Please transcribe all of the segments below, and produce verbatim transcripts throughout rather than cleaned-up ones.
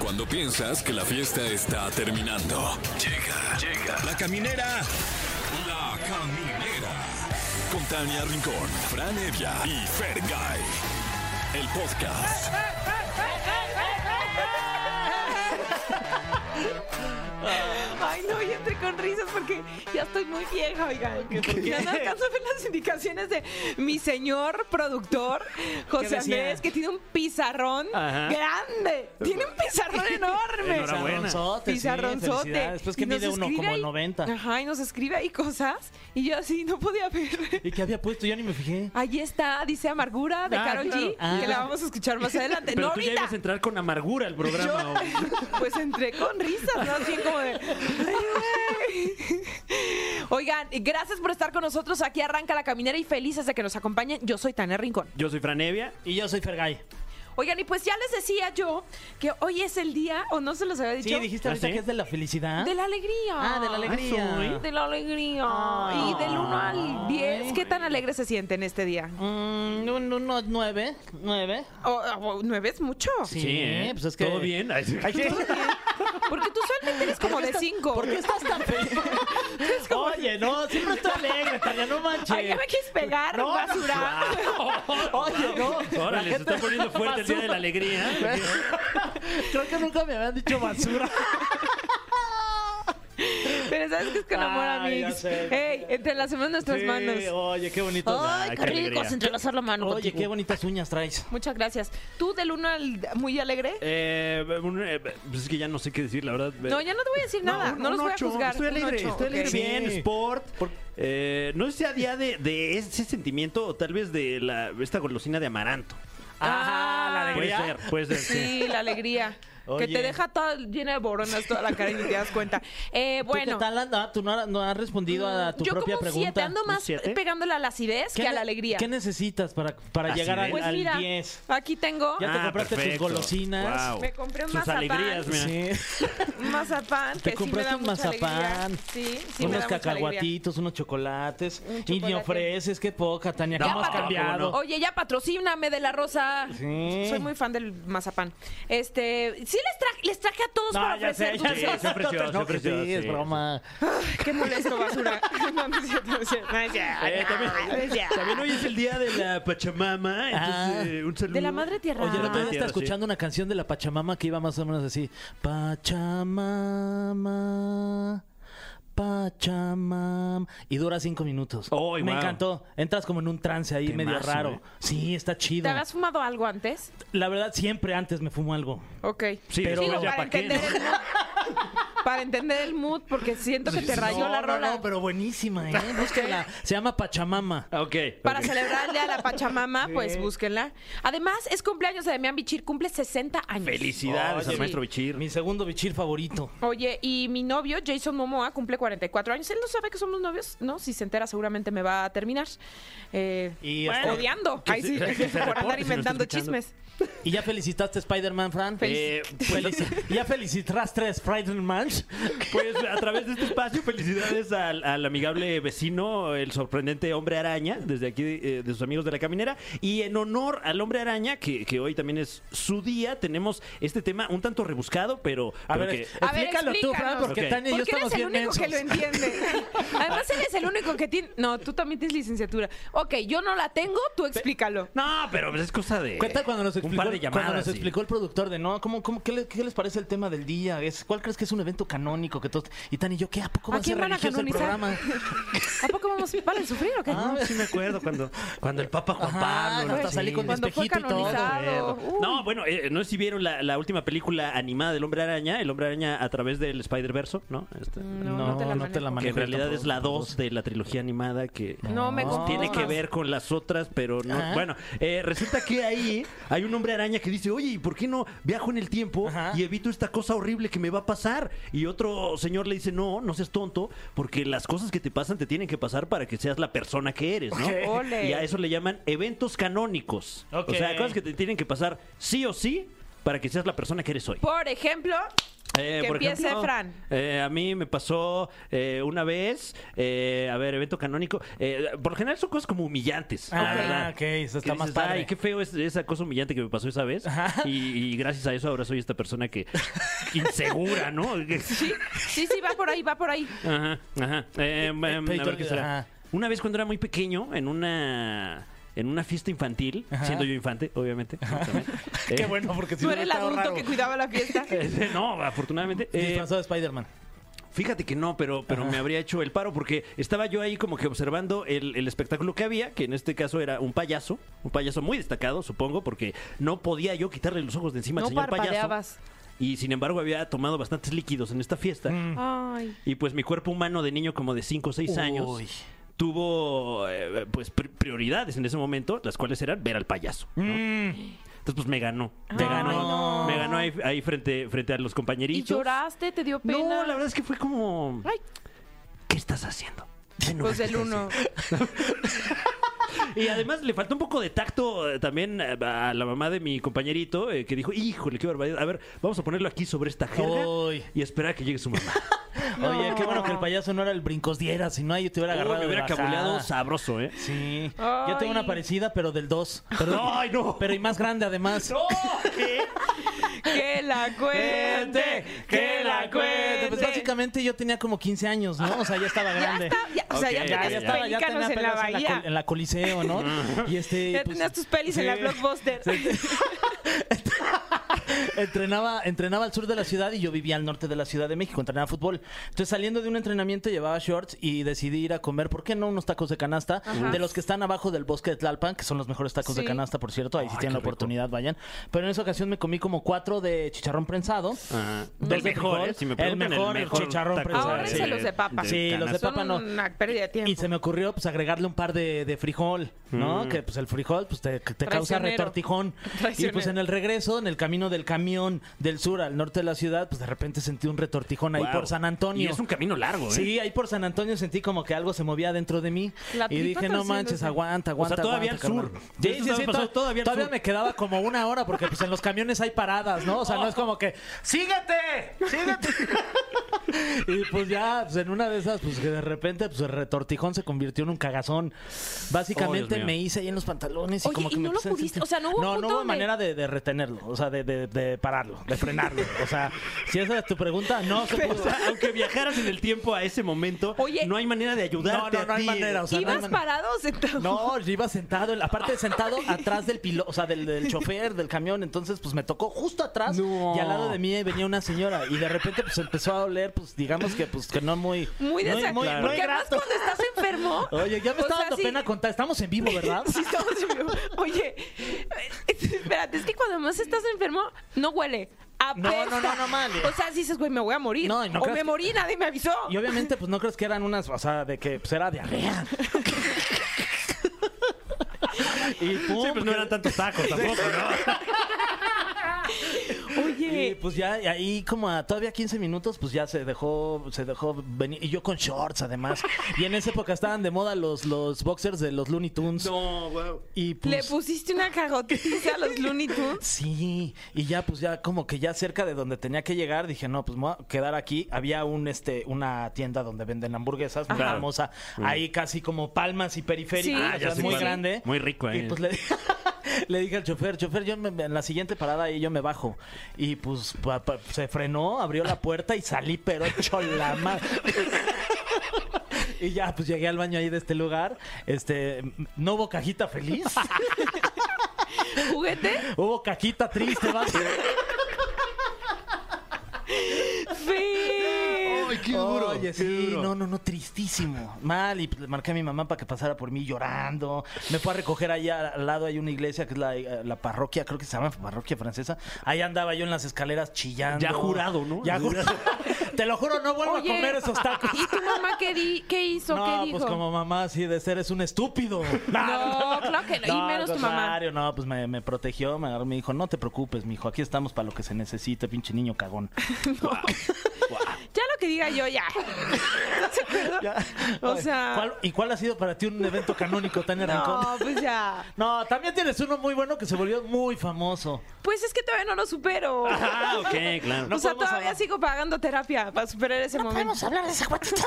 Cuando piensas que la fiesta está terminando. Llega, llega. La Caminera. La Caminera. Con Tania Rincón, Fran Evia y Fergay. El podcast. Ay, no, y entré con risas porque ya estoy muy vieja, oigan. Ya no alcanzo a ver las indicaciones de mi señor productor, José Andrés, que tiene un pizarrón Ajá. grande. Tiene un pizarrón enorme. Pizarronzote, Pizarronzote. Sí, después que mide uno como ahí, noventa. Ajá, y nos escribe ahí cosas. Y yo así no podía ver. ¿Y qué había puesto? Ya ni me fijé. Ahí está, dice Amargura de ah, Karol claro. G, ah. que la vamos a escuchar más adelante. Pero no, tú ya ibas a entrar con amargura al programa. Yo, pues entré con risas, ¿no? Así como de... Ay, oigan, gracias por estar con nosotros. Aquí arranca La Caminera y felices de que nos acompañen. Yo soy Tania Rincón. Yo soy Fran Evia. Y yo soy Fergay. Oigan, y pues ya les decía yo que hoy es el día, o no se los había dicho. Sí, dijiste ahorita ¿Ah, sí? que es de la felicidad. De la alegría. Ah, de la alegría. ¿Ah, de la alegría. Oh. Y del uno al diez, ¿qué tan alegre se sienten este día? Mm, un, unos nueve. ¿Nueve? Oh, oh, ¿Nueve es mucho? Sí, sí ¿eh? Pues es que... ¿Todo bien? Ay, sí. ¿Todo bien? Porque tú solamente eres como de cinco. ¿Por qué estás tan feliz? como... Oye, no, siempre estoy alegre, Tania, no manches. Ay, ya me quieres pegar, no, basura. No. Oye, no. Órale, se está poniendo fuerte el día de la alegría. Creo que nunca me habían dicho basura. Pero ¿sabes qué es con amor, amigos? Ey, entrelacemos nuestras sí, manos. Oye, qué bonito. Ay, qué, qué rico es entrelazar la mano. Oye, contigo. Qué bonitas uñas traes. Muchas gracias. ¿Tú del uno al muy alegre? Eh, pues es que ya no sé qué decir, la verdad. No, ya no te voy a decir nada. No, no los voy a juzgar. Estoy alegre, ocho, estoy alegre. Okay. Bien, sí. Sport. Por, eh, no sé si a día de, de ese sentimiento, o tal vez de la, esta golosina de amaranto. Ah, la alegría. Puede ser, puede ser. Sí, sí. La alegría. Oye. Que te deja toda llena de boronas toda la cara y ni te das cuenta. Eh, bueno. ¿Tú qué tal anda? ¿Tú no, no has respondido a tu yo propia como pregunta? Siete, ando más ¿Siete? pegándole a la acidez que a la alegría. ¿Qué necesitas para, para llegar al, pues al mira, diez? Aquí tengo. Ya te ah, compraste perfecto. tus golosinas. Wow. Me compré un Sus mazapán. alegrías, mira. Sí. Un mazapán. Te que compraste sí me da un mazapán. Sí, sí unos cacahuatitos, unos chocolates. Un y me ofreces, qué poca, Tania. ¿Cómo has cambiado? Oye, ya patrocíname de la Rosa. Sí. Soy muy fan del mazapán. Este, sí les traje, les traje a todos no, para ya ofrecer. Sé, ya sé, sé, se ofreció, se ofreció. Sí, es broma. Ay, qué molesto, basura. No, no es cierto, no es cierto. No es cierto. Eh, también, también hoy es el día de la Pachamama. Entonces, eh, un saludo. De la Madre Tierra. Oye, el otro día ah, estaba escuchando sí. una canción de la Pachamama que iba más o menos así. Pachamama... Pachamama. Y dura cinco minutos. Oh, Me wow. encantó. Entras como en un trance ahí Temazo, medio raro. Eh. Sí, está chido. ¿Te habías fumado algo antes? La verdad, siempre antes me fumo algo. Ok. Sí, pero Digo, ya para, para entender qué, el mood, para entender el mood, porque siento que te rayó no, la rola. No, no, pero buenísima, ¿eh? Búsquenla. Se llama Pachamama. Ok. Para okay. celebrar el día de la Pachamama, sí. pues búsquenla. Además, es cumpleaños de Damián Bichir, cumple sesenta años. Felicidades Oye, al maestro Bichir. Mi segundo Bichir favorito. Oye, y mi novio, Jason Momoa, cumple cuarenta y cuatro años. Él no sabe que somos novios, ¿no? Si se entera, seguramente me va a terminar eh, y bueno, odiando. Que Ay, se, sí, que se por reporte, andar si inventando no chismes. ¿Y ya felicitaste a Spider-Man, Fran? Eh, pues, ¿Ya felicitaste a Spider-Man? Pues a través de este espacio, felicidades al, al amigable vecino, el sorprendente Hombre Araña, desde aquí eh, de sus amigos de La Caminera. Y en honor al Hombre Araña, que, que hoy también es su día, tenemos este tema un tanto rebuscado, pero... A pero ver, que... a ver explícalo tú, Fran, porque okay. Tania y yo estamos bien mensos. Porque eres el único que lo entiende. Además, él es el único que tiene... No, tú también tienes licenciatura. Ok, yo no la tengo, tú explícalo. No, pero es cosa de... Cuenta cuando nos explicó, un par de llamadas, cuando nos sí. explicó el productor de, no, ¿cómo, cómo, qué, le, ¿qué les parece el tema del día? Es, ¿Cuál crees que es un evento canónico? Que todos, y Tania y yo, ¿qué? ¿A poco va a ser religioso el programa? ¿A poco vamos para el sufrir o qué? Ah, sí me acuerdo cuando, cuando el Papa Juan Pablo... Ajá, hasta sí. salí con mi espejito y todo. No, bueno, eh, no sé si vieron la, la última película animada del Hombre Araña, el Hombre Araña a través del Spider-Verso, ¿no? Este, no, no, no te la, no te la Que en realidad es la dos de la trilogía animada que no, me tiene que ver con las otras, pero no. Ajá. Bueno, eh, resulta que ahí hay un Hombre Araña que dice, oye, ¿y por qué no viajo en el tiempo Ajá. y evito esta cosa horrible que me va a pasar? Y otro señor le dice, no, no seas tonto, porque las cosas que te pasan te tienen que pasar para que seas la persona que eres, ¿no? Okay. Y a eso le llaman eventos canónicos. Okay. O sea, cosas que te tienen que pasar sí o sí para que seas la persona que eres hoy. Por ejemplo... Eh, que por empiece ejemplo, Fran. Eh, a mí me pasó eh, una vez, eh, a ver, evento canónico. Eh, por lo general son cosas como humillantes. Ah, la verdad. ok, eso está Que más dices, padre. Ay, qué feo es esa cosa humillante que me pasó esa vez. Y, y gracias a eso ahora soy esta persona que insegura, ¿no? Sí, sí, sí, va por ahí, va por ahí. Ajá, ajá. Eh, em, a pero- ver, ¿qué será? ajá. Una vez cuando era muy pequeño, en una en una fiesta infantil, Ajá. siendo yo infante, obviamente. ¿no? También. Qué Eh, bueno, porque si Tú no eres el hubiera estado adulto raro. que cuidaba la fiesta. eh, no, afortunadamente. eh, Disfrazado de Spider-Man. Fíjate que no, pero, pero me habría hecho el paro porque estaba yo ahí como que observando el, el espectáculo que había, que en este caso era un payaso, un payaso muy destacado, supongo, porque no podía yo quitarle los ojos de encima No al señor payaso. parpadeabas. Y sin embargo había tomado bastantes líquidos en esta fiesta. Ay. Y pues mi cuerpo humano de niño como de cinco o seis años Uy. tuvo eh, pues pri- prioridades en ese momento, las cuales eran ver al payaso. ¿no? Mm. Entonces pues me ganó. Te Me ganó. no. Me ganó ahí, ahí frente, frente a los ¿Y compañeritos. lloraste? ¿Te dio pena? No, la verdad es que fue como... Ay, ¿Qué estás haciendo? ¿Qué no pues ves el que uno. Y además le faltó un poco de tacto eh, también eh, a la mamá de mi compañerito, eh, que dijo, híjole, qué barbaridad. A ver, vamos a ponerlo aquí sobre esta jerga Uy. y esperar a que llegue su mamá. Oye, qué bueno que el payaso no era el brincos diera, si no ahí yo te hubiera Uy, agarrado me de hubiera bajada. cabuleado sabroso, ¿eh? Sí. Ay. Yo tengo una parecida, pero del dos. Pero, ¡Ay, no! Pero y más grande además. ¡No! ¿Qué? Que la cuente, que la cuente. Pues básicamente yo tenía como quince años, ¿no? O sea, ya estaba Ya grande. está, ya, o sea, Ok, ya ya, tenías ya tus estaba, ya pelícanos tenía en la pelos en la, bahía. col- en la Coliseo, ¿no? Y este, Ya pues, tenías tus pelis en la sí. Blockbuster. entrenaba, entrenaba al sur de la ciudad y yo vivía al norte de la Ciudad de México, entrenaba fútbol. Entonces saliendo de un entrenamiento llevaba shorts y decidí ir a comer, ¿por qué no? Unos tacos de canasta, Ajá. de los que están abajo del bosque de Tlalpan, que son los mejores tacos Sí. de canasta, por cierto, ahí si Ay, tienen la qué rico. oportunidad vayan. Pero en esa ocasión me comí como cuatro de chicharrón prensado. Ajá. Dos El de mejor, frijol, ¿eh? Si me el preguntan, mejor, el chicharrón taco prensado. Ahórrense Sí. los de papa. Sí, los de Son papa no. una pérdida de tiempo. Y se me ocurrió pues agregarle un par de, de frijol, ¿no? Mm. Que pues el frijol pues te, te causa Traicionero. retortijón. Y Traicionero. pues en el regreso, en el camino del camión del sur al norte de la ciudad, pues de repente sentí un retortijón ahí Wow. por San Antonio. Y es un camino largo, ¿eh? Sí, ahí por San Antonio sentí como que algo se movía dentro de mí. La Y tripa dije, no torciéndose. manches, aguanta, aguanta. O sea, todavía aguanta, al sur. carnal". De Sí, eso sí, sí, estaba pasando to- todavía al todavía sur. me quedaba como una hora porque pues en los camiones hay paradas, ¿no? O sea, no es como que, ¡síguete! ¡Síguete! Y pues ya, pues en una de esas, pues que de repente, pues el retortijón se convirtió en un cagazón. Oh, Básicamente Dios mío. me hice ahí en los pantalones y Oye, como que ¿y me no lo empecé a pudiste? sentir- O sea, ¿no hubo un No, no punto hubo donde- manera de, de retenerlo, o sea, de, de, de pararlo, de frenarlo. O sea, si esa es tu pregunta, no se O pudo. sea, aunque viajaras en el tiempo a ese momento, Oye. no hay manera de No, ayudarte no, no a hay ti. manera, o sea, no hay ¿Ibas manera. parado o sentado? No, yo iba sentado, en la parte de sentado atrás del piloto, o sea, del, del chofer del camión. Entonces, pues me tocó justo atrás No. y al lado de mí venía una señora y de repente, pues empezó a oler, pues digamos que, pues que no muy, Muy muy, desagradable. muy, muy Porque además grato. cuando estás enfermo... Oye, ya me o está sea, dando sí. pena contar. Estamos en vivo, ¿verdad? Sí, estamos en vivo. Oye, eh, espérate, es que cuando más estás enfermo, no huele. No, Apesta. no, no, no, mal. O sea, si dices, güey, me voy a morir. No, y no o creas me que- morí, nadie me avisó. Y obviamente, pues no crees que eran unas, o sea, de que pues era diarrea. Y pum, Sí, pues no eran tantos tacos tampoco, ¿no? Y Oye, pues ya y ahí como a todavía quince minutos pues ya se dejó se dejó venir y yo con shorts además. Y en esa época estaban de moda los los boxers de los Looney Tunes. No, wow. Y pues le pusiste una cagotiza a los Looney Tunes. sí, y ya pues ya como que ya cerca de donde tenía que llegar dije, no, pues me voy a quedar aquí. Había un este una tienda donde venden hamburguesas muy Ajá. famosa, ahí casi como Palmas y Periférico, Sí. o Ah, sea, ya sé muy cuál. grande. Muy rico, Y ¿eh? pues le, le dije al chofer, chofer, yo me- en la siguiente parada ahí yo me bajo. Y pues pa- pa- se frenó, abrió la puerta y salí, pero hecho la madre. Y ya, pues llegué al baño ahí de este lugar. Este, no hubo cajita feliz. ¿Juguete? Hubo cajita triste, ¿va? Feo. Ay, qué duro. Oye, qué sí, duro. no, no, no, tristísimo. Mal, y pues, le marqué a mi mamá para que pasara por mí llorando. Me fue a recoger allá al lado, hay una iglesia que es la, la parroquia, creo que se llama parroquia francesa. Ahí andaba yo en las escaleras chillando. Ya jurado, ¿no? Ya jurado. Te lo juro, no vuelvo Oye, a comer esos tacos. ¿Y tu mamá qué, di qué hizo? No, ¿Qué dijo? pues como mamá así de ser es un estúpido. No, claro que no. Y menos al tu mamá. contrario, No, pues me, me protegió, me agarró, me dijo, no te preocupes, mijo, aquí estamos para lo que se necesite, pinche niño cagón. No. Ya lo que diga yo, ya. ¿No se acuerdan? Ya. O sea... ¿Cuál- ¿Y cuál ha sido para ti un evento canónico, Tania Rincón? No, pues ya. No, también tienes uno muy bueno que se volvió muy famoso. Pues es que todavía no lo supero. Ah, ok, claro. No o sea, podemos todavía hablar. sigo pagando terapia para superar ese momento. Podemos hablar de esa guatita.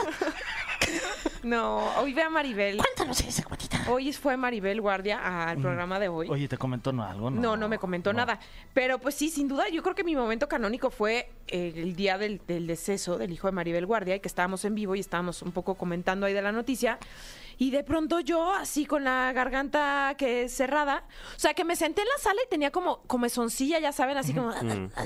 No, hoy ve a Maribel. Cuéntanos esa guatita. Hoy fue Maribel Guardia al programa de hoy. Oye, ¿te comentó no, algo? No, No, no me comentó No. nada. Pero pues sí, sin duda, yo creo que mi momento canónico fue eh, el día del, del deceso del hijo de Maribel Guardia, y que estábamos en vivo y estábamos un poco comentando ahí de la noticia. Y de pronto yo, así con la garganta que cerrada, o sea, que me senté en la sala y tenía como comezoncilla, ya saben, así como...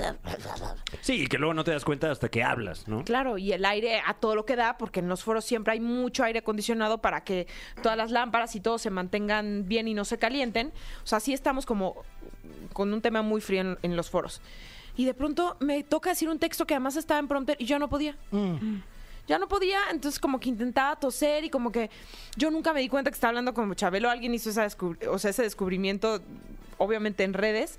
Sí, y que luego no te das cuenta hasta que hablas, ¿no? Claro, y el aire a todo lo que da, porque en los foros siempre hay mucho aire acondicionado para que todas las lámparas y todo se mantengan bien y no se calienten. O sea, sí estamos como con un tema muy frío en, en los foros. Y de pronto me toca decir un texto que además estaba en prompter y yo no podía. Mm. Ya no podía, entonces como que intentaba toser y como que yo nunca me di cuenta que estaba hablando como Chabelo. Alguien hizo esa descubri- o sea, ese descubrimiento, obviamente en redes.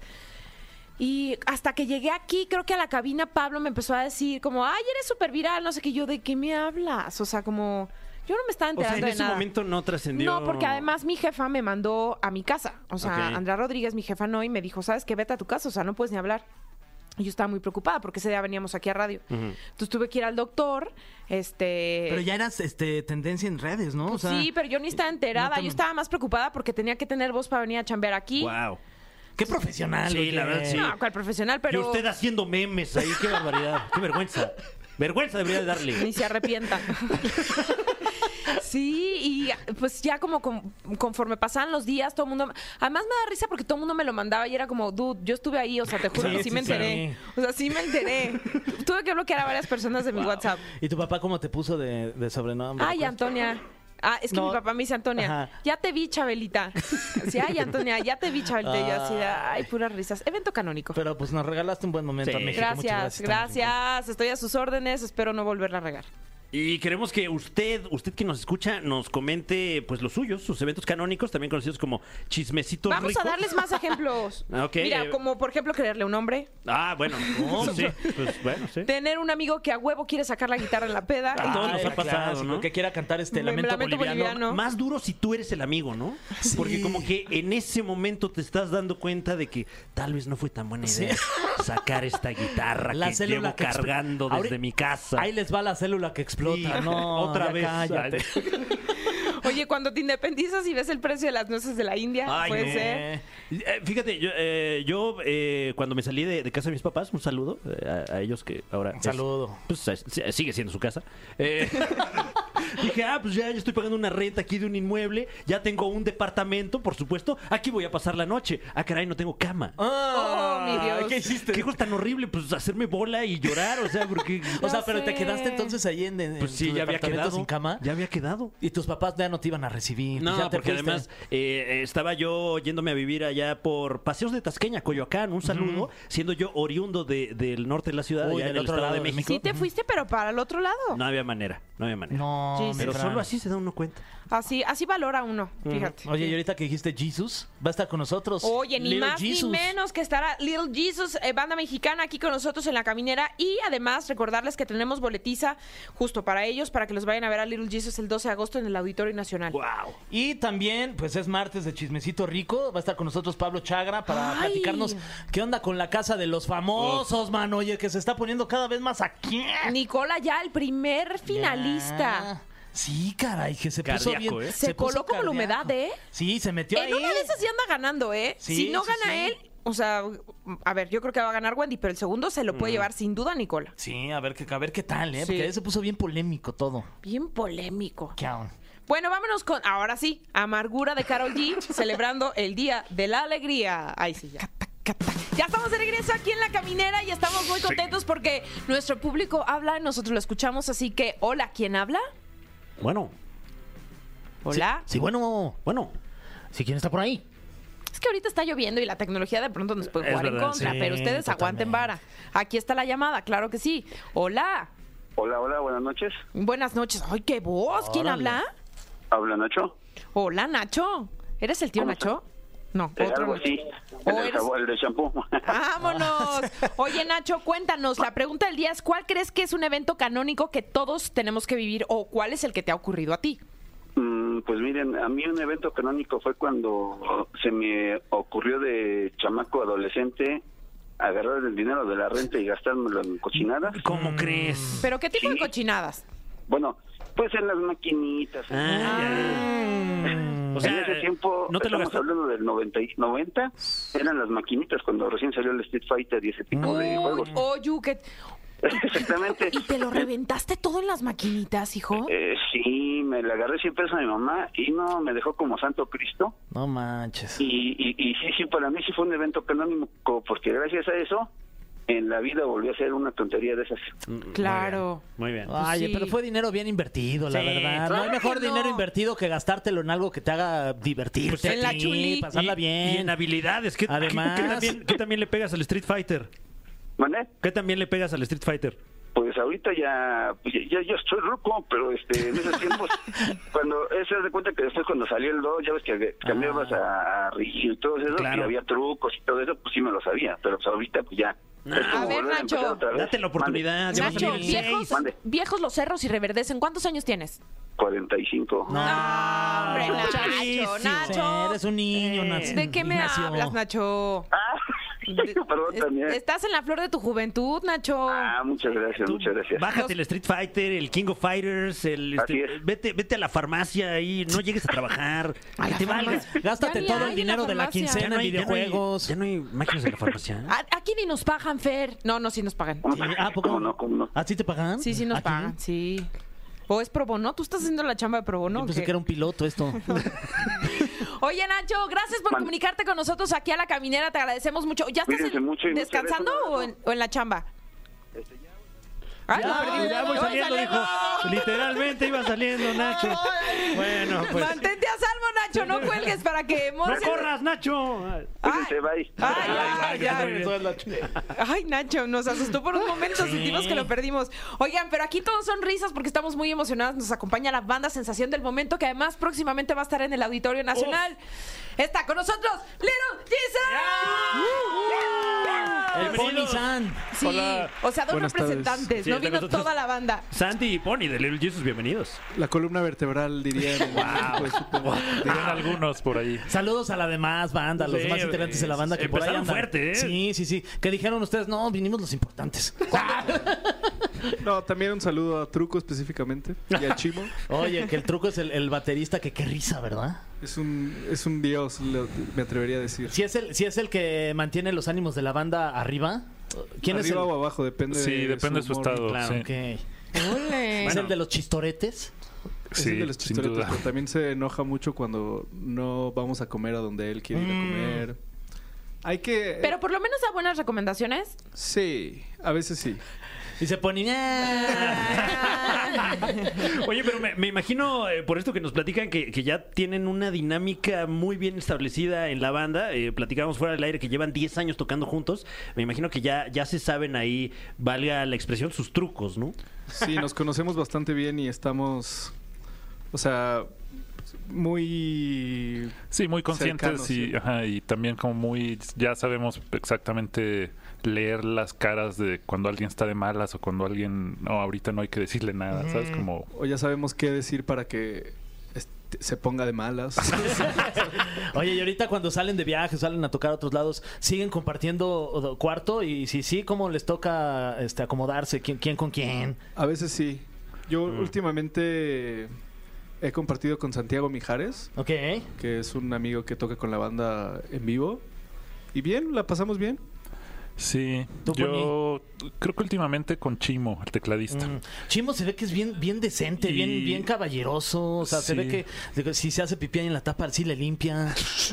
Y hasta que llegué aquí, creo que a la cabina, Pablo me empezó a decir como, ay, eres súper viral, no sé qué. Yo, ¿de qué me hablas? O sea, como, yo no me estaba O sea, enterando en de ese nada. momento no trascendió. No, porque además mi jefa me mandó a mi casa. O sea, Ok. Andrea Rodríguez, mi jefa, no, y me dijo, ¿sabes qué? Vete a tu casa, o sea, no puedes ni hablar. Y yo estaba muy preocupada porque ese día veníamos aquí a radio. Ujú. Entonces tuve que ir al doctor, este... Pero ya eras este, tendencia en redes, ¿no? O sea, sí, pero yo ni estaba enterada. no te- Yo estaba más preocupada porque tenía que tener voz para venir a chambear aquí. Wow. qué profesional. Sí, oye. la verdad, sí. No, cual profesional, pero Y usted haciendo memes ahí, qué barbaridad, qué vergüenza. Vergüenza debería de darle. ni se arrepienta. Sí, y pues ya como con- conforme pasaban los días, todo el mundo... Además me da risa porque todo el mundo me lo mandaba y era como, dude, yo estuve ahí, o sea, te juro Sí, que sí, sí, me sí. enteré. O sea, sí me enteré. Tuve que bloquear a varias personas de mi WhatsApp. ¿Y tu papá cómo te puso de, de sobrenombre? Ay, Antonia. Ah, es que No. mi papá me dice Antonia. Ajá. Ya te vi, Chabelita. Sí, ay, Antonia, ya te vi, Chabelita. Y yo así de, ay, puras risas. Evento canónico. Pero pues nos regalaste un buen momento Sí. a México. Muchas Gracias, gracias. Tania gracias. Estoy a sus órdenes. Espero no volverla a regar. Y queremos que usted, usted que nos escucha, nos comente pues los suyos, sus eventos canónicos, también conocidos como chismecitos Vamos ricos. a darles más ejemplos. Ok, Mira, eh. como por ejemplo quererle un hombre, Ah, bueno. No, sí, pues bueno, sí. tener un amigo que a huevo quiere sacar la guitarra en la peda. Ah, todos nos el ha pasado, clásico, ¿no? Que quiera cantar este Me- lamento, Lamento boliviano. boliviano. Más duro si tú eres el amigo, ¿no? Porque como que en ese momento te estás dando cuenta de que tal vez no fue tan buena idea sacar esta guitarra La que célula llevo que expl- cargando Ahorita- desde mi casa. Ahí les va la célula que explota. Sí. No, Otra ya vez. cállate. Oye, cuando te independizas y ves el precio de las nueces de la India, Ay, puede no. ser. Eh, Fíjate, yo, eh, yo eh, cuando me salí de, de casa de mis papás, un saludo eh, a, a ellos que ahora... Un es- saludo. pues es- sigue siendo su casa. Eh, dije, ah, pues ya, ya estoy pagando una renta aquí de un inmueble, ya tengo un departamento, por supuesto, aquí voy a pasar la noche. Ah, caray, no tengo cama. Oh, mi Dios. ¿Qué hiciste? ¿Qué cosa tan horrible? Pues hacerme bola y llorar, o sea, porque... O sea, Ya pero te sé. quedaste entonces ahí en, en Pues sí, tu ya había departamento quedado. sin cama. Ya había quedado. Y tus papás ya no te iban a recibir. No, pues ya te porque fuiste. además eh, estaba yo yéndome a vivir allá por Paseos de Tasqueña, Coyoacán, un saludo, siendo yo oriundo de- del norte de la ciudad, Uy, allá del en el otro Estado lado de de México. Sí te fuiste, pero para el otro lado. No había manera, no había manera. No, Sí, mi sí. Pero Fran. solo así se da uno cuenta. Así, así valora uno, fíjate. Oye, y ahorita que dijiste Jesus, va a estar con nosotros. Oye, ni Little más Jesus. ni menos que estará Little Jesus, eh, banda mexicana, aquí con nosotros en La Caminera. Y además recordarles que tenemos boletiza justo para ellos, para que los vayan a ver a Little Jesus el doce de agosto en el Auditorio Nacional. ¡Wow! Y también, pues es martes de Chismecito Rico. Va a estar con nosotros Pablo Chagra para Ay. platicarnos qué onda con la casa de los famosos, mano. Oye, que se está poniendo cada vez más aquí. Nicola ya, el primer finalista. Ya. Sí, caray, que se puso Cardíaco, bien. ¿eh? Se coló puso como la cardíaco. humedad, ¿eh? Sí, se metió En ahí. una de esas sí anda ganando, ¿eh? Sí, si no sí, gana sí. él, o sea, a ver, yo creo que va a ganar Wendy, pero el segundo se lo puede llevar sin duda Nicola. Sí, a ver, qué- a ver qué tal, ¿eh? Sí. Porque ahí se puso bien polémico todo. Bien polémico. ¿Qué hago? Bueno, vámonos con, ahora sí, Amargura de Karol G, celebrando el Día de la Alegría. Ay, sí, ya. Ya estamos de regreso aquí en La Caminera y estamos muy contentos porque nuestro público habla, nosotros lo escuchamos, así que, hola, ¿quién habla? Bueno, Hola. Sí, bueno. bueno. Si quién está por ahí. Es que ahorita está lloviendo y la tecnología de pronto nos puede Es jugar en verdad, contra, sí, pero ustedes aguanten vara. Aquí está la llamada, claro que sí. Hola. Hola, hola, buenas noches. Buenas noches. Ay, qué voz. ¿Quién Órale. habla? Habla Nacho. Hola, Nacho. ¿Eres el tío ¿Cómo Nacho? No, Eh, otro algo Nacho. así. ¿O El, de eres- jabón, el de shampoo. ¡Vámonos! Oye, Nacho, cuéntanos. La pregunta del día es: ¿cuál crees que es un evento canónico que todos tenemos que vivir o cuál es el que te ha ocurrido a ti? Mm, pues miren, a mí un evento canónico fue cuando se me ocurrió de chamaco adolescente agarrar el dinero de la renta y gastármelo en cochinadas. ¿Cómo crees? ¿Pero qué tipo Sí. de cochinadas? Bueno, pues en las maquinitas. Ah, o sea, en ese tiempo, no te lo estamos gastaste. hablando del noventa, y- noventa, eran las maquinitas cuando recién salió el Street Fighter y ese tipo de juegos. Oye, que... Exactamente. ¿Y te lo reventaste todo en las maquinitas, hijo? Eh, sí, me le agarré cien pesos a mi mamá y no, me dejó como Santo Cristo. No manches. Y, y, y sí, sí, para mí sí fue un evento canónico, porque gracias a eso, en la vida volvió a ser una tontería de esas. Claro. Muy bien. Oye, sí. pero fue dinero bien invertido, la Sí, verdad. No claro hay mejor que no. dinero invertido que gastártelo en algo que te haga divertirte. Pues en la a ti, chuli. pasarla Y- bien. Y en habilidades. ¿Qué, Además- ¿qué, qué también, qué también le pegas al Street Fighter? ¿Vale? ¿Qué también le pegas al Street Fighter? Pues ahorita ya, pues ya, ya, ya estoy ruco, pero este, en esos tiempos, cuando, eso de cuenta que después cuando salió el dos, ya ves que cambiabas a, a Ryu y todo eso, Claro. y había trucos y todo eso, pues sí me lo sabía, pero pues ahorita pues ya. Es como A ver, volver Nacho. empezar otra vez. Date la oportunidad. ya va a Nacho, salir el seis. viejos, Mande. viejos los cerros y reverdecen. ¿Cuántos años tienes? cuarenta y cinco. No, hombre, Nacho, chavísimo. Nacho. Eres un niño, Nacho. ¿De qué me Ignacio. hablas, Nacho? Ah, perdón Es- también. Estás en la flor de tu juventud, Nacho. Ah, muchas gracias, Tú muchas gracias. Bájate el Street Fighter, el King of Fighters, el Así este, es. vete, vete a la farmacia ahí, no llegues a trabajar. A que la te valga. farmacia. Gástate Ya ni todo hay el en dinero la de la farmacia. quincena Ya no en hay, ya no hay- videojuegos. ya no hay máquinas en la farmacia. A- Aquí ni nos pagan, Fer. No, no, sí nos pagan. Sí, ¿a poco? ¿Cómo no, cómo no? ¿A ti te pagan? Sí, sí nos ¿Aquí? pagan, sí. ¿O es pro bono? ¿Tú estás haciendo la chamba de pro bono? Yo o pensé qué? que era un piloto esto. Oye, Nacho, gracias por Mande. comunicarte con nosotros aquí a La Caminera. Te agradecemos mucho. ¿Ya estás Cuídense en- mucho y muchas descansando gracias, o en, o en la chamba? Ay, Ya, lo perdí. Ya voy Voy saliendo, dijo. Literalmente iba saliendo, Nacho. Bueno, pues. Mantente a salvo, Nacho. No cuelgues para que ¡No Monse... corras, Nacho! Cuídense, bye. Ay, ya, ya. Muy bien. Ay, Nacho, nos asustó por un momento, sentimos que lo perdimos. Oigan, pero aquí todos son risas porque estamos muy emocionados. Nos acompaña la banda Sensación del Momento, que además próximamente va a estar en el Auditorio Nacional. Está con nosotros Little Jesus. El Pony San. Sí, Hola. o sea, dos Buenas representantes. tardes. Sí, no está vino con nosotros. toda la banda. Santi y Pony de Little Jesus, bienvenidos. La columna vertebral, diría. en- pues, supongo. Dirían algunos por ahí. Saludos a la demás banda, a los Sí, demás integrantes de la banda que por ahí empezaron andan. fuerte, ¿eh? Sí, sí, sí. Que dijeron ustedes, no, vinimos los importantes. No, también un saludo a Truco específicamente y a Chimo. Oye, que el truco es el, el baterista, que qué risa, ¿verdad? Es un, es un dios, lo- me atrevería a decir. Si es el, si es el que mantiene los ánimos de la banda arriba. ¿Quién Arriba es el? o abajo, depende Sí, de depende de su humor. estado. claro, sí. Ok. Ole. ¿Es el de los chistoretes? Es Sí, el de los sin chistoretes, duda. pero también se enoja mucho cuando no vamos a comer a donde él quiere ir a comer. Hay que... Pero por lo menos da buenas recomendaciones. Sí, a veces sí. Y se pone... Oye, pero me, me imagino, eh, por esto que nos platican, que, que ya tienen una dinámica muy bien establecida en la banda. Eh, platicábamos fuera del aire que llevan diez años tocando juntos. Me imagino que ya, ya se saben ahí, valga la expresión, sus trucos, ¿no? Sí, nos conocemos bastante bien y estamos... O sea, muy... Sí, muy conscientes Cercanos, y, sí. ajá, y también como muy, ya sabemos exactamente leer las caras de cuando alguien está de malas o cuando alguien, no, ahorita no hay que decirle nada, ¿sabes? Como, O ya sabemos qué decir para que este, se ponga de malas. Oye, y ahorita cuando salen de viaje, salen a tocar a otros lados, ¿siguen compartiendo cuarto? Y si sí, ¿cómo les toca este, acomodarse? ¿Quién, quién con quién? A veces sí. Yo últimamente he compartido con Santiago Mijares, Ok. que es un amigo que toca con la banda en vivo. Y bien, la pasamos bien. sí, ¿Tú, yo creo que últimamente con Chimo, el tecladista. Mm, Chimo se ve que es bien, bien decente, Y- bien, bien caballeroso. O sea, se Sí. ve que digo, si se hace pipí ahí en la tapa, sí le limpia.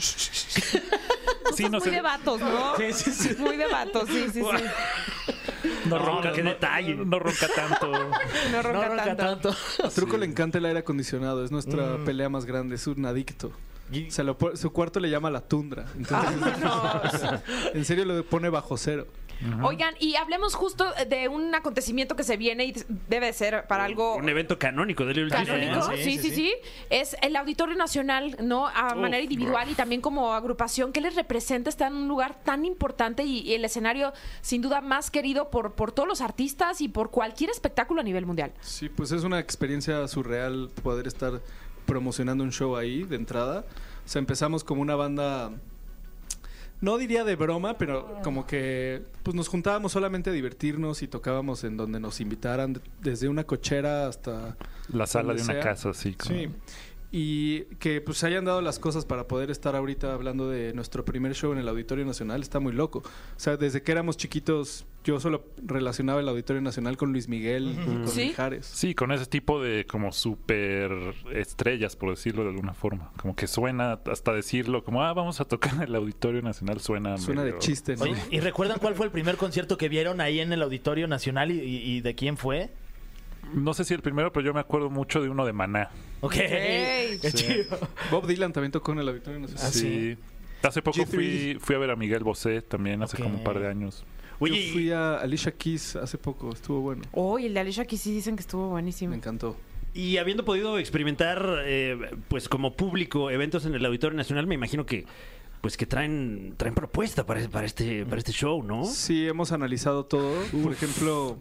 Sí, Cosas no muy sé, de vatos, ¿no? Sí, sí, sí. Muy de vatos, sí, sí, sí. no, No, ronca, qué no- detalle. no ronca tanto. No ronca, No ronca tanto. tanto. A Truco le encanta el aire acondicionado, es nuestra Mm. pelea más grande, es un adicto. Y- Se lo po- su cuarto le llama la tundra. Entonces, en serio lo pone bajo cero. Uh-huh. Oigan, y hablemos justo de un acontecimiento que se viene y debe ser para algo... Un evento canónico de Little Jesus. ¿Canónico? Sí sí, sí, sí, sí. Es el Auditorio Nacional, ¿no? A Uf, manera individual bro. y también como agrupación. ¿Qué les representa estar en un lugar tan importante y, y el escenario, sin duda, más querido por, por todos los artistas y por cualquier espectáculo a nivel mundial? Sí, pues es una experiencia surreal poder estar promocionando un show ahí de entrada. O sea, empezamos como una banda... No diría de broma, pero como que pues nos juntábamos solamente a divertirnos y tocábamos en donde nos invitaran, desde una cochera hasta... La sala de una sea. casa, sí. Como... Sí. Y que pues se hayan dado las cosas para poder estar ahorita hablando de nuestro primer show en el Auditorio Nacional está muy loco. O sea, desde que éramos chiquitos yo solo relacionaba el Auditorio Nacional con Luis Miguel uh-huh. y con ¿Sí? Mijares. Sí, con ese tipo de como super estrellas, por decirlo de alguna forma. Como que suena, hasta decirlo, como, ah, vamos a tocar en el Auditorio Nacional, suena... Suena medio... de chiste, ¿no? Oye, ¿y recuerdan cuál fue el primer concierto que vieron ahí en el Auditorio Nacional y, y, y de quién fue? No sé si el primero, pero yo me acuerdo mucho de uno de Maná. Ok. Hey. Qué Sí. chido. Bob Dylan también tocó en el Auditorio Nacional. ¿Ah, sí? Hace poco G tres. fui, fui a ver a Miguel Bosé también, hace Ok. como un par de años. Oye, Yo fui a Alicia Keys hace poco, estuvo bueno. Oh, y el de Alicia aquí sí dicen que estuvo buenísimo. Me encantó. y habiendo podido experimentar, eh, pues como público, eventos en el Auditorio Nacional, me imagino que pues que traen traen propuesta para, para este para este show, ¿no? Sí, hemos analizado todo. Uf. Por ejemplo,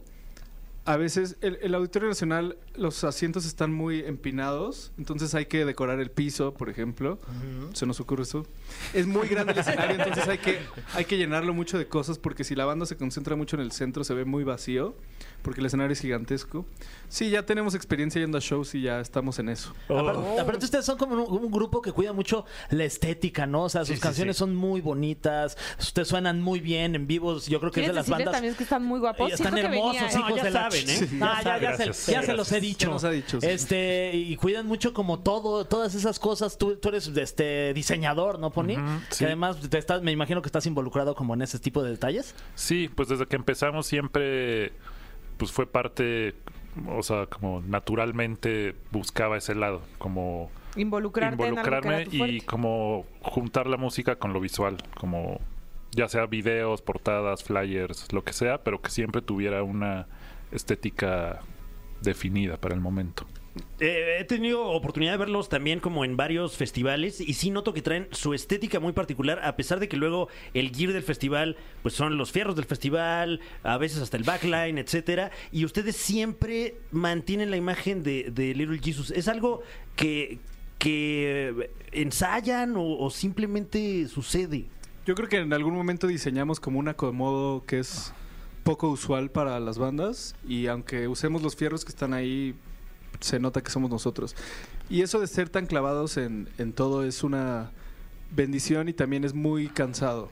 a veces el, el Auditorio Nacional, los asientos están muy empinados, entonces hay que decorar el piso, por ejemplo. Uh-huh. Se nos ocurre eso. Es muy grande el escenario, entonces hay que, hay que llenarlo mucho de cosas, porque si la banda se concentra mucho en el centro, se ve muy vacío, porque el escenario es gigantesco. Sí, ya tenemos experiencia yendo a shows y ya estamos en eso. Oh. Aparte, aparte ustedes son como un, un grupo que cuida mucho la estética, ¿no? O sea, sus Sí, sí, canciones sí. son muy bonitas, ustedes suenan muy bien en vivos. Yo creo que es de ¿Quieres las decirles bandas... también que están muy guapos? Y están Siento que hermosos, venía, ¿eh? hijos No, ya de la... saben, ¿eh? Sí, Ya ah, ya, ya, saben. se, ya se los he dicho. Ya nos ha dicho, sí. Este, y cuidan mucho como todo, todas esas cosas. Tú, tú eres este diseñador, ¿no, Pony? Ujú, Que sí. además te estás, me imagino que estás involucrado como en ese tipo de detalles. Sí, pues desde que empezamos siempre pues fue parte, o sea, como naturalmente buscaba ese lado, como Involucrarte en algo que involucrarme era tu y fuerte. como juntar la música con lo visual, como ya sea videos, portadas, flyers, lo que sea, pero que siempre tuviera una estética definida para el momento. Eh, he tenido oportunidad de verlos también como en varios festivales y sí noto que traen su estética muy particular, a pesar de que luego el gear del festival pues son los fierros del festival, a veces hasta el backline, etcétera, y ustedes siempre mantienen la imagen de, de Little Jesus. ¿Es algo que, que ensayan o, o simplemente sucede? Yo creo que en algún momento diseñamos como un acomodo que es poco usual para las bandas, y aunque usemos los fierros que están ahí, se nota que somos nosotros. Y eso de ser tan clavados en, en todo es una bendición y también es muy cansado.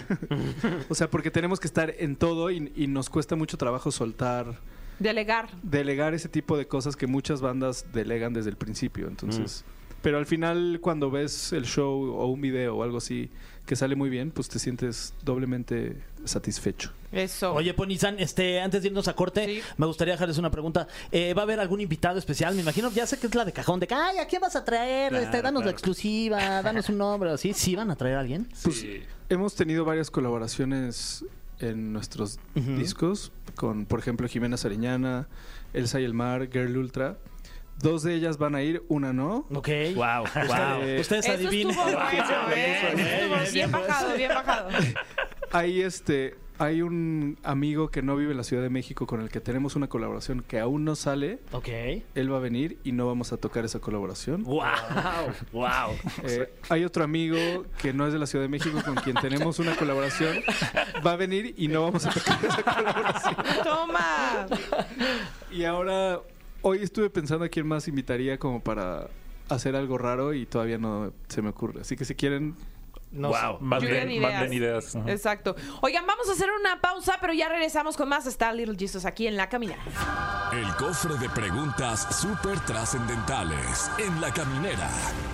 O sea, porque tenemos que estar en todo y, y nos cuesta mucho trabajo soltar, Delegar. delegar ese tipo de cosas que muchas bandas delegan desde el principio. Entonces, pero al final cuando ves el show o un video o algo así que sale muy bien, pues te sientes doblemente satisfecho. Eso. Oye, Pony-san, este, antes de irnos a corte, Sí. me gustaría dejarles una pregunta. Eh, ¿Va a haber algún invitado especial? Me imagino, ya sé que es la de cajón, de que, ay, ¿a quién vas a traer? Claro, este, danos la claro. exclusiva, danos un nombre, así. ¿Sí van a traer a alguien? Pues hemos tenido varias colaboraciones en nuestros Ujú. discos con, por ejemplo, Jimena Sariñana, Elsa y el Mar, Girl Ultra. Dos de ellas van a ir, una no. Ok. Wow, wow. Eh, Ustedes Eso adivinen. estuvo bueno, ¿eh? Eso, Eso bien, estuvo bien, bien bajado, bien bajado. Hay este, hay un amigo que no vive en la Ciudad de México con el que tenemos una colaboración que aún no sale. Ok. Él va a venir y no vamos a tocar esa colaboración. Wow, wow. Eh, hay otro amigo que no es de la Ciudad de México con quien tenemos una colaboración. Va a venir y no vamos a tocar esa colaboración. Toma. Y ahora, hoy estuve pensando a quién más invitaría como para hacer algo raro y todavía no se me ocurre. Así que si quieren, No Wow. sé. Manden, Lluvia de ideas. manden ideas. Ajá. Exacto. Oigan, vamos a hacer una pausa, pero ya regresamos con más. Está Little Jesus aquí en La Caminera. El cofre de preguntas súper trascendentales en La Caminera.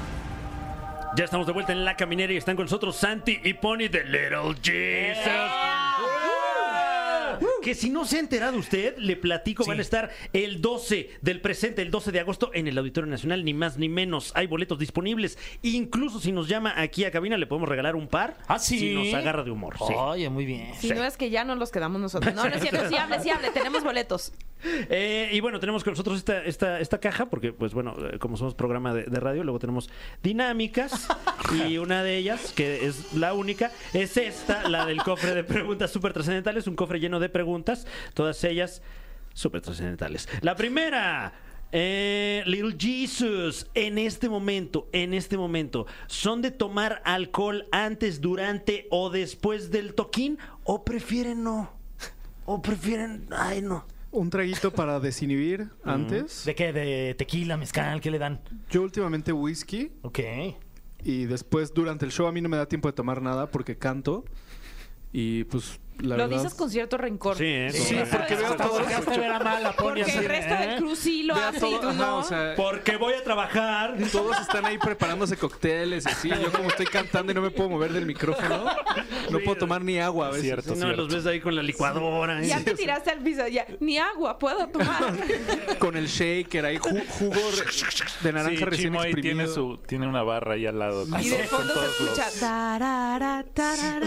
Ya estamos de vuelta en La Caminera y están con nosotros Santi y Pony de Little Jesus. Que si no se ha enterado usted, le platico, Sí. van a estar el doce del presente, el doce de agosto, en el Auditorio Nacional, ni más ni menos. Hay boletos disponibles. Incluso si nos llama aquí a cabina, le podemos regalar un par. Ah, sí. Si nos agarra de humor. Sí. Oye, muy bien. Si no es que ya no los quedamos nosotros. No, no es cierto. Sí hable, sí hable. Tenemos boletos. Eh, y bueno, tenemos con nosotros esta, esta, esta caja, porque, pues bueno, eh, como somos programa de, de radio, luego tenemos dinámicas. Y una de ellas, que es la única, es esta, la del cofre de preguntas súper trascendentales. Un cofre lleno de preguntas, todas ellas súper trascendentales. La primera. Eh, Little Jesus, en este momento, en este momento, ¿son de tomar alcohol antes, durante o después del toquín? ¿O prefieren no? ¿O prefieren, ay no? Un traguito para desinhibir antes. ¿De qué? ¿De tequila, mezcal? ¿Qué le dan? Yo últimamente whisky Ok. y después durante el show a mí no me da tiempo de tomar nada porque canto y pues la Lo verdad... dices con cierto rencor. Sí, ¿eh? Sí, Eso porque es veo como- todo. Ya te verá mal la pone Porque así, el resto ¿eh? del crew sí lo Veo hace y todo, tú ajá, no. o sea, Porque voy a trabajar. todos están ahí preparándose cócteles y así. Yo como estoy cantando y no me puedo mover del micrófono, no puedo tomar ni agua a veces. Cierto. No, los ves ahí con la licuadora. ¿eh? Ya te tiraste al piso. Ya, ni agua puedo tomar. Con el shaker ahí, ju- jugo re- de naranja Sí, recién Chimo ahí exprimido. tiene, su, tiene una barra ahí al lado. Y de con fondo se todos los- escucha. tarara, tarara.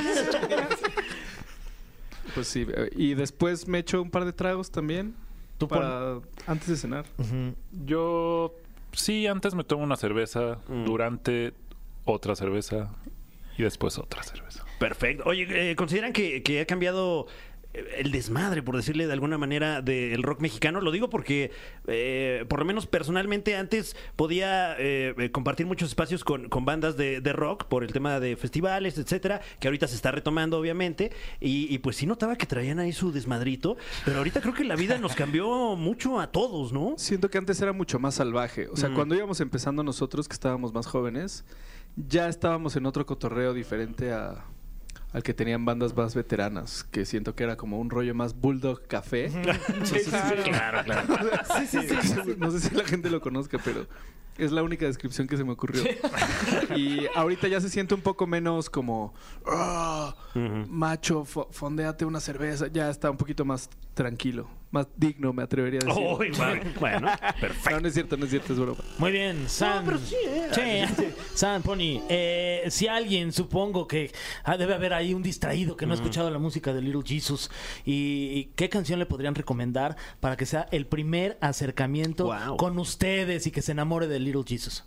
Pues sí, eh, y después me echo un par de tragos también Tú para antes de cenar. Ujú. Yo sí, antes me tomo una cerveza, Mm. durante otra cerveza y después otra cerveza. Perfecto. Oye, eh, ¿consideran que, que ha cambiado eh, el desmadre, por decirle de alguna manera, del rock mexicano? Lo digo porque, eh, por lo menos personalmente, antes podía eh, eh, compartir muchos espacios con, con bandas de, de rock por el tema de festivales, etcétera, que ahorita se está retomando, obviamente. Y, y pues sí notaba que traían ahí su desmadrito, pero ahorita creo que la vida nos cambió mucho a todos, ¿no? Siento que antes era mucho más salvaje. O sea, Mm. cuando íbamos empezando nosotros, que estábamos más jóvenes, ya estábamos en otro cotorreo diferente a, al que tenían bandas más veteranas, que siento que era como un rollo más Bulldog Café. Claro, claro. No sé si la gente lo conozca, pero es la única descripción que se me ocurrió. Y ahorita ya se siente un poco menos como "Ah, Ujú. macho, fo- fondéate una cerveza". Ya está un poquito más tranquilo, más digno, me atrevería a decir. Uy, bueno, bueno, perfecto. No, no es cierto, no es cierto, es broma. Muy bien, San. pero sí, ¿eh? Sí, San Pony. Eh, si alguien, supongo que ah, debe haber ahí un distraído que no ha escuchado la música de Little Jesus, y, y ¿qué canción le podrían recomendar para que sea el primer acercamiento Wow. con ustedes y que se enamore de Little Jesus?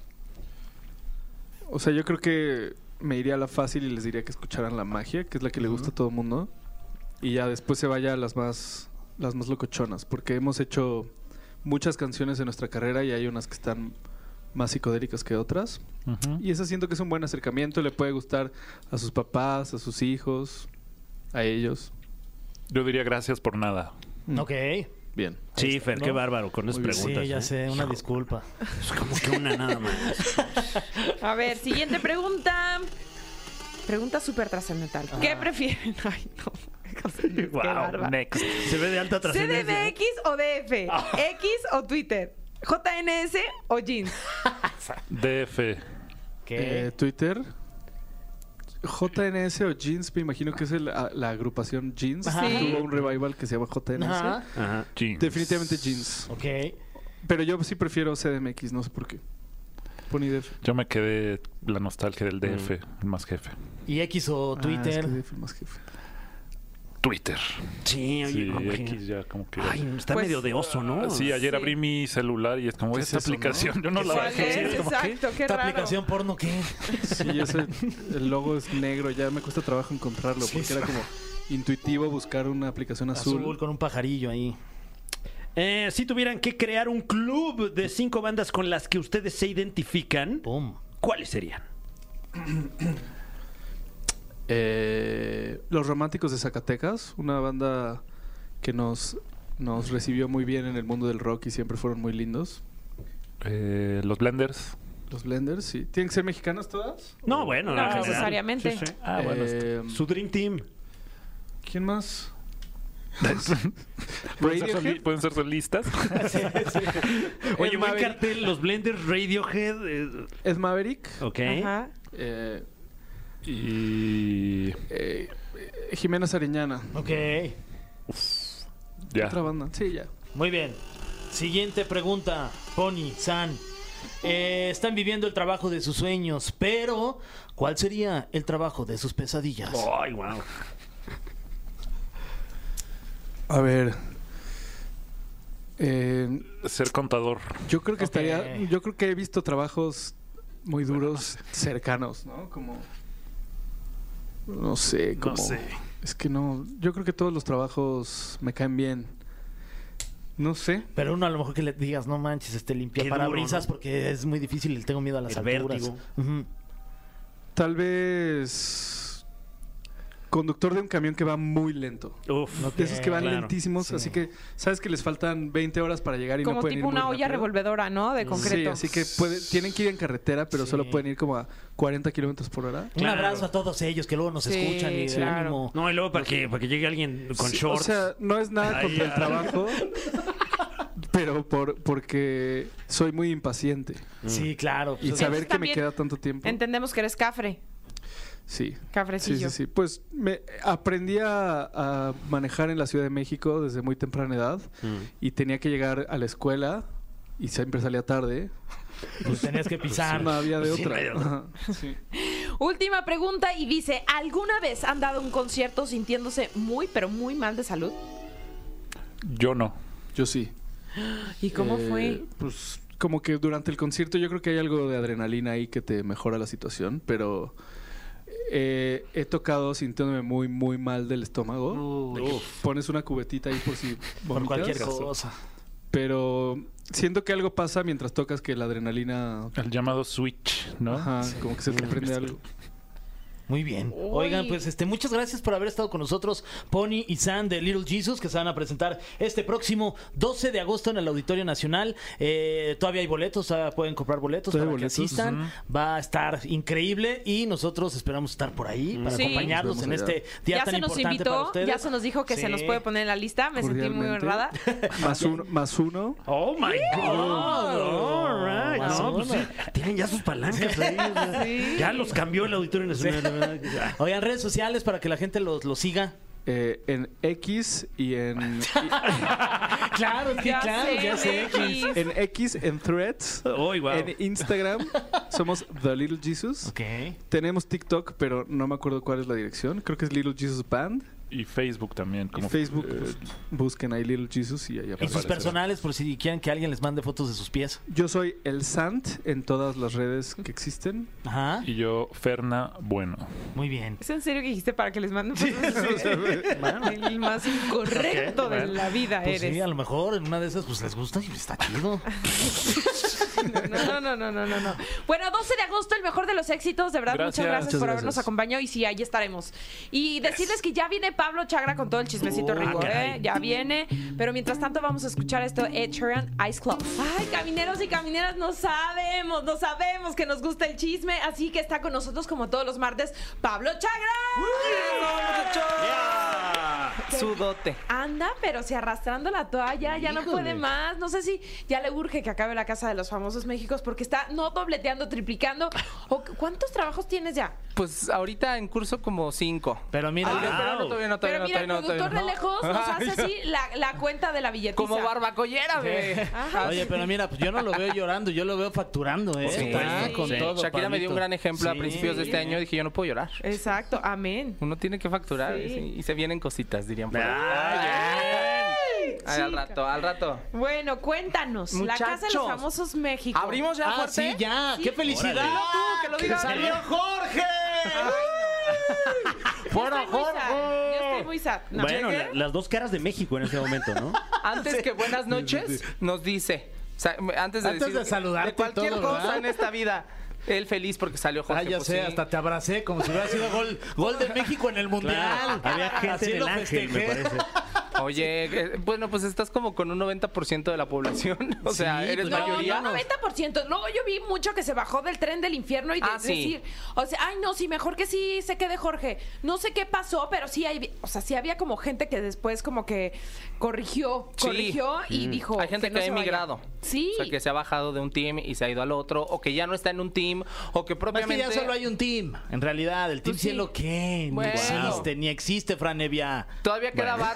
O sea, yo creo que me iría a la fácil y les diría que escucharan La Magia, que es la que le gusta a todo el mundo. Y ya después se vaya a las más, las más locochonas, porque hemos hecho muchas canciones en nuestra carrera y hay unas que están más psicodélicas que otras. Ujú. Y esa siento que es un buen acercamiento, le puede gustar a sus papás, a sus hijos, a ellos. Yo diría gracias por nada. Mm. Ok. Bien. Sí, Fer, qué ¿no? bárbaro con esas Muy bien. preguntas. Sí, ya ¿eh? sé, una disculpa. Es como que una nada más. A ver, siguiente pregunta. Pregunta súper trascendental. ¿Qué prefieren? Ay, no. Qué Wow, bárbaro. Next. Se ve de alta trascendencia. ¿C D M X o D F? ¿X o Twitter? ¿J N S o Jeans? D F. ¿Qué? Eh, Twitter. J N S o Jeans, me imagino que es el- a- la agrupación Jeans. Ajá. Sí. Tuvo un revival que se llama J N S. Ajá. Ajá. Jeans. Definitivamente Jeans. Ok. Pero yo sí prefiero C D M X, no sé por qué. Pony D F. Yo me quedé la nostalgia del D F, el más jefe. ¿Y X o Ah, Twitter? es que D F es más jefe. Twitter. Sí, oye, Sí, como que- X ya como que... Ay, está Pues, medio de oso, ¿no? Sí, ayer Sí. abrí mi celular y es como ¿Qué esta es eso, aplicación. no? Yo no la ¿Cuál bajé. es? Es como, ¿qué? Exacto, qué ¿Esta raro. aplicación porno qué? Sí, ese, el logo es negro, ya me cuesta trabajo encontrarlo, Sí, porque sí. era como intuitivo buscar una aplicación azul. Azul con un pajarillo ahí. Eh, si tuvieran que crear un club de cinco bandas con las que ustedes se identifican, Pum. ¿cuáles serían? Eh, Los Románticos de Zacatecas, una banda que nos, nos recibió muy bien en el mundo del rock y siempre fueron muy lindos. Eh, los Blenders. Los Blenders, sí. ¿Tienen que ser mexicanas todas? No, bueno, No en general. necesariamente. Sí, sí. Ah, bueno. Eh, Su Dream Team. ¿Quién más? ¿Pueden ser, Radiohead. soli- pueden ser solistas. Oye, El buen Maverick. cartel, los Blenders, Radiohead. eh, Es Maverick. ok. Ajá. Eh, y... eh, Jimena Sariñana. Ok. Ya. Otra banda. Sí, ya. Muy bien. Siguiente pregunta. Pony, San. Eh, están viviendo el trabajo de sus sueños, pero ¿cuál sería el trabajo de sus pesadillas? Ay, wow. A ver. Eh, Ser contador. yo creo que Ok. estaría. Yo creo que he visto trabajos muy duros cercanos, ¿no? Como. No sé, como. No sé. Es que no. Yo creo que todos los trabajos me caen bien. No sé. Pero uno a lo mejor que le digas, no manches, este limpia Qué parabrisas duro, ¿no? porque es muy difícil y tengo miedo a las El alturas. vértigo. Ujú. Tal vez. Conductor de un camión que va muy lento. Uf. De esos que van claro. lentísimos, Sí. así que sabes que les faltan veinte horas para llegar y Como no pueden tipo ir muy una olla rápido. revolvedora, ¿no? De Sí, concreto. así que puede- tienen que ir en carretera, pero Sí. solo pueden ir como a cuarenta kilómetros por hora. Un Claro. abrazo a todos ellos que luego nos Sí, escuchan y de claro. ánimo. No, y luego para que, para que llegue alguien con Sí, shorts. O sea, no es nada Ay, contra el ya. trabajo, pero por porque soy muy impaciente. Sí, claro. Y Pues, saber que me también queda tanto tiempo. Entendemos que eres cafre. Sí. Sí, Cafrecillo. sí, sí. Pues me aprendí a, a manejar en la Ciudad de México desde muy temprana edad Mm. y tenía que llegar a la escuela y siempre salía tarde. pues tenías que pisar. No había de Sí, otra. no había de otra. Ajá, sí. Última pregunta y dice, ¿alguna vez han dado un concierto sintiéndose muy, pero muy mal de salud? Yo no. Yo sí. ¿Y cómo Eh, fue? Pues como que durante el concierto yo creo que hay algo de adrenalina ahí que te mejora la situación, pero eh, he tocado sintiéndome muy, muy mal del estómago. Uy, De que pones una cubetita ahí por si por vomitas. cualquier cosa. Pero siento que algo pasa mientras tocas que la adrenalina... El llamado switch, ¿no? Ajá, como que se te prende algo. Muy bien. Oigan, pues este, muchas gracias por haber estado con nosotros, Pony y San de Little Jesus, que se van a presentar este próximo doce de agosto en el Auditorio Nacional. Eh, todavía hay boletos, todavía pueden comprar boletos Todavía para hay que boletos, asistan. Va a estar increíble y nosotros esperamos estar por ahí para Sí. acompañarlos Nos en vemos este día Ya tan se nos importante para invitó, ustedes. ya se nos dijo que se Sí. nos puede poner en la lista. Me sentí muy Cordialmente. honrada. Más uno, más uno. Oh my God. Oh, All right. más No, pues uno. sí. Tienen ya sus palancas ahí. o sea, Sí. Ya los cambió el Auditorio Nacional. la verdad que ya. Oigan, redes sociales para que la gente los, los siga. Eh, en X y en... Claro, es que Ya claro, sé, ya sé. X. y- en X, en Threads. Ay, wow. En Instagram somos The Little Jesus. Ok. Tenemos TikTok, pero no me acuerdo cuál es la dirección. Creo que es Little Jesus Band. Y Facebook también. Como y Facebook, eh, pues, busquen ahí Little Jesus y ahí Y sus aparecerá. personales, por si quieren que alguien les mande fotos de sus pies. Yo soy el Sant en todas las redes que existen. Ajá. y yo, Ferna Bueno. Muy bien. ¿Es en serio que dijiste para que les manden fotos? El más incorrecto Ok, de bueno. la vida Pues eres. sí, a lo mejor en una de esas pues les gusta y está chido. No, no, no, no, no, no. Bueno, doce de agosto, el mejor de los éxitos. De verdad, Gracias. muchas gracias Muchas por gracias. habernos acompañado. Y sí, ahí estaremos. Y decirles que ya viene Pablo Chagra con todo el chismecito Oh, rico, caray. ¿eh? Ya viene. Pero mientras tanto, vamos a escuchar esto: Ed Sheeran, Eyes Closed. Ay, camineros y camineras, no sabemos, no sabemos que nos gusta el chisme. Así que está con nosotros, como todos los martes, Pablo Chagra. Yeah. Sudote. Anda, pero se arrastrando la toalla, ya no Híjole. puede más. No sé si ya le urge que acabe la Casa de los Famosos Méxicos porque está no dobleteando, triplicando. ¿O ¿Cuántos trabajos tienes ya? Pues ahorita en curso como cinco. Pero mira, Ay, pero no, todavía no, Pero todavía mira, el no, todavía no, productor de todavía no. lejos nos Ay, hace así la, la cuenta de la billetiza. Como barbacollera, bebé. Ajá. oye, pero mira, pues yo no lo veo llorando, yo lo veo facturando, ¿eh? Sí, Está sí, con sí. todo. Shakira me dio un Pablito. gran ejemplo Sí. a principios de este año. Dije, yo no puedo llorar. Exacto, amén. Uno tiene que facturar Sí. sí, y se vienen cositas, dirían por ahí. Ay, Ay, al chica. rato, al rato. Bueno, cuéntanos. La Casa de los Muchachos, Famosos México. ¿Abrimos ya Ah, fuerte? sí, ya. Sí. ¡Qué felicidad! Dilo tú, que lo diga ¡Salió Gabriel. Jorge! Yo ¡Fuera estoy muy sad. Jorge! Yo estoy muy sad. No. Bueno, la- las dos caras de México en este momento, ¿no? Antes que buenas noches, nos dice. O sea, antes de, Antes decir, de saludarte de cualquier y todo, cosa ¿verdad? en esta vida. Él feliz porque salió Jorge. Ah, ya pues sé, sí. hasta te abracé como si hubiera sido gol, gol de México en el Mundial. Claro, había gente Así en el lo ángel, me festejé. parece. Oye, eh, bueno, pues estás como con un noventa por ciento de la población. O sea, Sí, eres pues, No, mayoría. no, noventa por ciento. Luego yo vi mucho que se bajó del tren del infierno y de Ah, sí. decir, o sea, ay, no, sí, mejor que sí se quede Jorge. No sé qué pasó, pero sí hay, o sea, sí había como gente que después como que corrigió, Sí. corrigió y dijo Hay gente que, no ha se vaya. emigrado. Sí. O sea, que se ha bajado de un team y se ha ido al otro, o que ya no está en un team, o que Es que propiamente. ya solo hay un team. En realidad, el team Pues sí. cielo que ni Bueno. existe, ni existe, Fran Evia. Todavía queda Bueno. Barbie, que ya es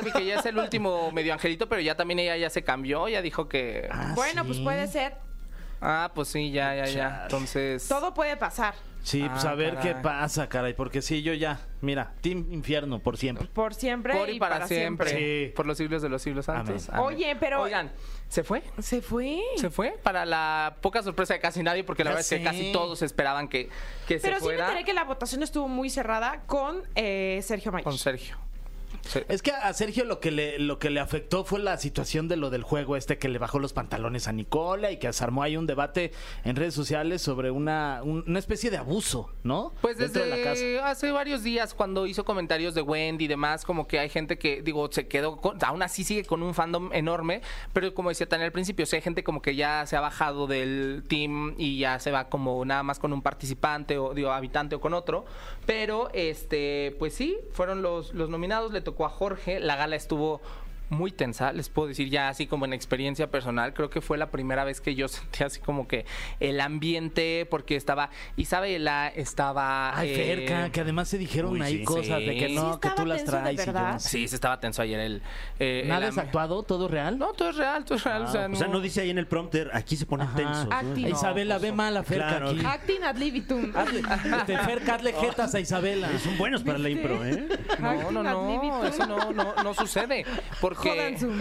el último medio angelito, pero ya también ella ya se cambió, ya dijo que... Ah, Bueno, ¿sí? pues puede ser. Ah, pues sí, ya, ya, ya. Entonces... Todo puede pasar. Sí, pues Ah, a ver caray. qué pasa, caray. Porque sí, yo ya, mira, Team Infierno por siempre. Por siempre Por y para, siempre. Sí. Por los siglos de los siglos santos. Amén. Amén. Oye, pero- Oigan, ¿se fue? Se fue. Se fue para la poca sorpresa de casi nadie, porque la Ya verdad es que sé. casi todos esperaban que, que Pero se sí me fuera enteré que la votación estuvo muy cerrada con eh, Sergio Mayer. con Sergio. Se- Es que a Sergio lo que le lo que le afectó fue la situación de lo del juego este que le bajó los pantalones a Nicola y que se armó ahí un debate en redes sociales sobre una, un- una especie de abuso, ¿no? Pues Dentro de la casa. desde hace varios días, cuando hizo comentarios de Wendy y demás, como que hay gente que, digo, se quedó, con- aún así sigue con un fandom enorme, pero como decía Tania al principio, o sea, hay gente como que ya se ha bajado del team y ya se va como nada más con un participante o, digo, habitante o con otro, pero, este, pues sí, fueron los, los nominados, le tocó a Jorge, la gala estuvo muy tensa, les puedo decir ya así como en experiencia personal, creo que fue la primera vez que yo sentí así como que el ambiente, porque estaba Isabela, estaba... Ay, eh, Ferca, que además se dijeron uy, ahí sí, cosas de que sí. no, Sí que tú estaba las tenso, de traes. y yo verdad. no sé. Sí, se estaba tenso ayer el... eh, ¿Nada el es am- actuado? ¿Todo real? No, todo es real, todo es real. o sea, O sea, no dice ahí en el prompter, aquí se ponen Ajá. tensos. ¿no? Acting. Isabela, ve mal a Ferca Claro. aquí. Acting ad libitum. Hazle, este, Ferca, hazle jetas a Isabela. Son buenos para la impro, ¿eh? No, no, no, eso no, no, no sucede. Porque... Jodan su-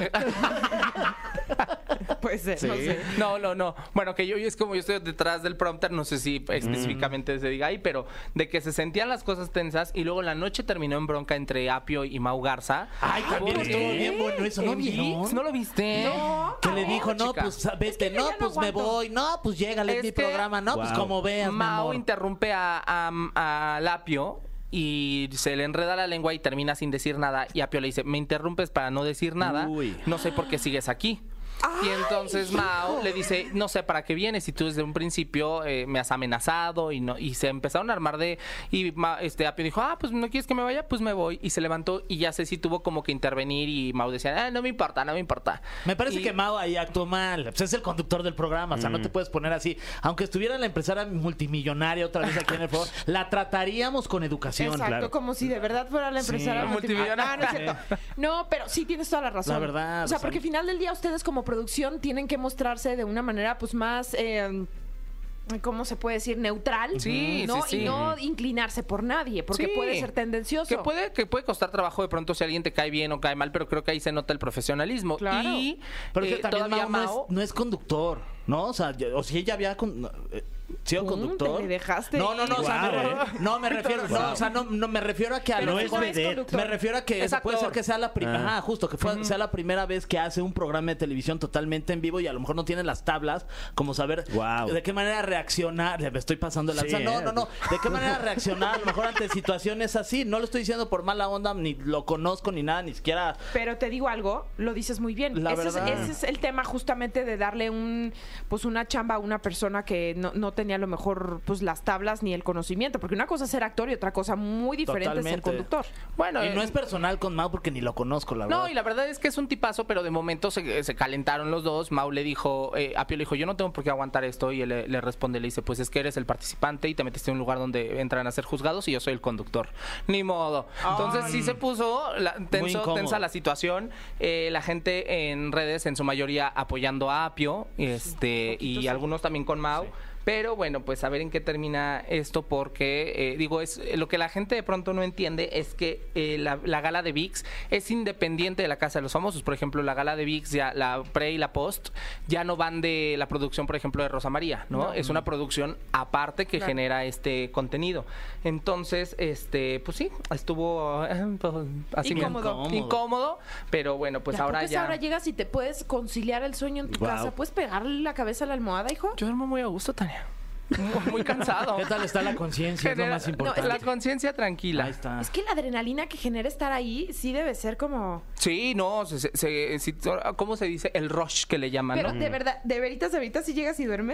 Puede ser, no sé. No, no, no. Bueno, que yo es como yo estoy detrás del prompter, no sé si específicamente se diga ahí, pero de que se sentían las cosas tensas y luego la noche terminó en bronca entre Apio y Mau Garza. Ay, también ¿Por estuvo qué? bien bueno eso, ¿no ¿En vieron? Vix? ¿No lo viste? No. Que le dijo, no, chica. pues vete, que yo no, ya no pues me aguanto. voy, no, pues llégale, es Es mi que- programa, no, pues Wow. como veas, mi Mao amor. interrumpe a, a, a Lapio y se le enreda la lengua y termina sin decir nada. Y Apio le dice, me interrumpes para no decir nada, Uy. no sé por qué sigues aquí. Y entonces Mao le dice, no sé para qué vienes, si tú desde un principio eh, me has amenazado y no y se empezaron a armar de y Ma- este Apio dijo, ah, pues no quieres que me vaya, pues me voy, y se levantó y ya Ceci tuvo como que intervenir y Mao decía, ah, no me importa, no me importa. Me parece Y- que Mao ahí actuó mal. Pues es el conductor del programa. O sea, no te puedes poner así. Aunque estuviera la empresaria multimillonaria otra vez aquí en el foro, la trataríamos con educación. Exacto, claro. como si de verdad fuera la empresaria Sí. multimillonaria. Ah, no es cierto. No, pero sí tienes toda la razón. La verdad, O sea, o sea, porque al final del día ustedes como producción tienen que mostrarse de una manera pues más... eh, ¿cómo se puede decir? Neutral. Sí, ¿no? sí, sí. Y no inclinarse por nadie, porque Sí. puede ser tendencioso. Que puede, que puede costar trabajo de pronto si alguien te cae bien o cae mal, pero creo que ahí se nota el profesionalismo. Claro. Y Pero es eh, que también todavía Mao, no, Mao... es, no es conductor, ¿no? O sea, ya- o si ella había con, eh, sido Pum, conductor. te le dejaste No, no, no, o sea, Guau, me, ¿eh? no me refiero, no, o sea, no, no me refiero a que a Pero lo no es mejor- vedette. conductor. Me refiero a que Es puede actor. ser que sea la primera, Ah. justo, que fue- sea la primera vez que hace un programa de televisión totalmente en vivo y a lo mejor no tiene las tablas, como saber Guau. de qué manera reaccionar. Me estoy pasando la Sí, lanza. No, ¿eh? no, no. De qué manera reaccionar a lo mejor ante situaciones así. No lo estoy diciendo por mala onda, ni lo conozco ni nada, ni siquiera. Pero te digo algo, lo dices muy bien. La ese, es, verdad. ese es el tema justamente de darle un pues una chamba a una persona que no, no tenía a lo mejor pues las tablas ni el conocimiento, porque una cosa es ser actor y otra cosa muy diferente es ser Totalmente. conductor. Bueno, Y no eh, es personal con Mau porque ni lo conozco, la verdad. No, y la verdad es que es un tipazo, pero de momento se, se calentaron los dos. Mau le dijo, eh, Apio le dijo, yo no tengo por qué aguantar esto. Y él le, le responde, le dice, pues es que eres el participante y te metiste en un lugar donde entran a ser juzgados y yo soy el conductor. Ni modo. Entonces sí se puso la- tenso, incómodo. tensa la situación. Eh, la gente en redes, en su mayoría, apoyando a Apio este y algunos también con Mau. Pero bueno, pues a ver en qué termina esto, porque eh, digo, es lo que la gente de pronto no entiende es que eh, la, la gala de VIX es independiente de la Casa de los Famosos. Por ejemplo, la gala de VIX, ya la pre y la post, ya no van de la producción, por ejemplo, de Rosa María, ¿no? No. Es una producción aparte que Claro. genera este contenido. Entonces, este, pues sí, estuvo eh, pues, así Incómodo. mismo. incómodo, pero bueno, pues ¿Y a ahora poco es ya. ahora llegas y te puedes conciliar el sueño en tu Guau. casa? ¿Puedes pegarle la cabeza a la almohada, hijo? Yo duermo muy a gusto, Tania. Muy, muy cansado. ¿Qué tal está la conciencia? Es lo Genera- más no, importante. la conciencia tranquila. Ahí está. Es que la adrenalina que genera estar ahí sí debe ser como... Sí, no, se, se- se- si- ¿cómo se dice? El rush que le llaman, Pero ¿no? de verdad, de veritas, de veritas, si llegas y duermes.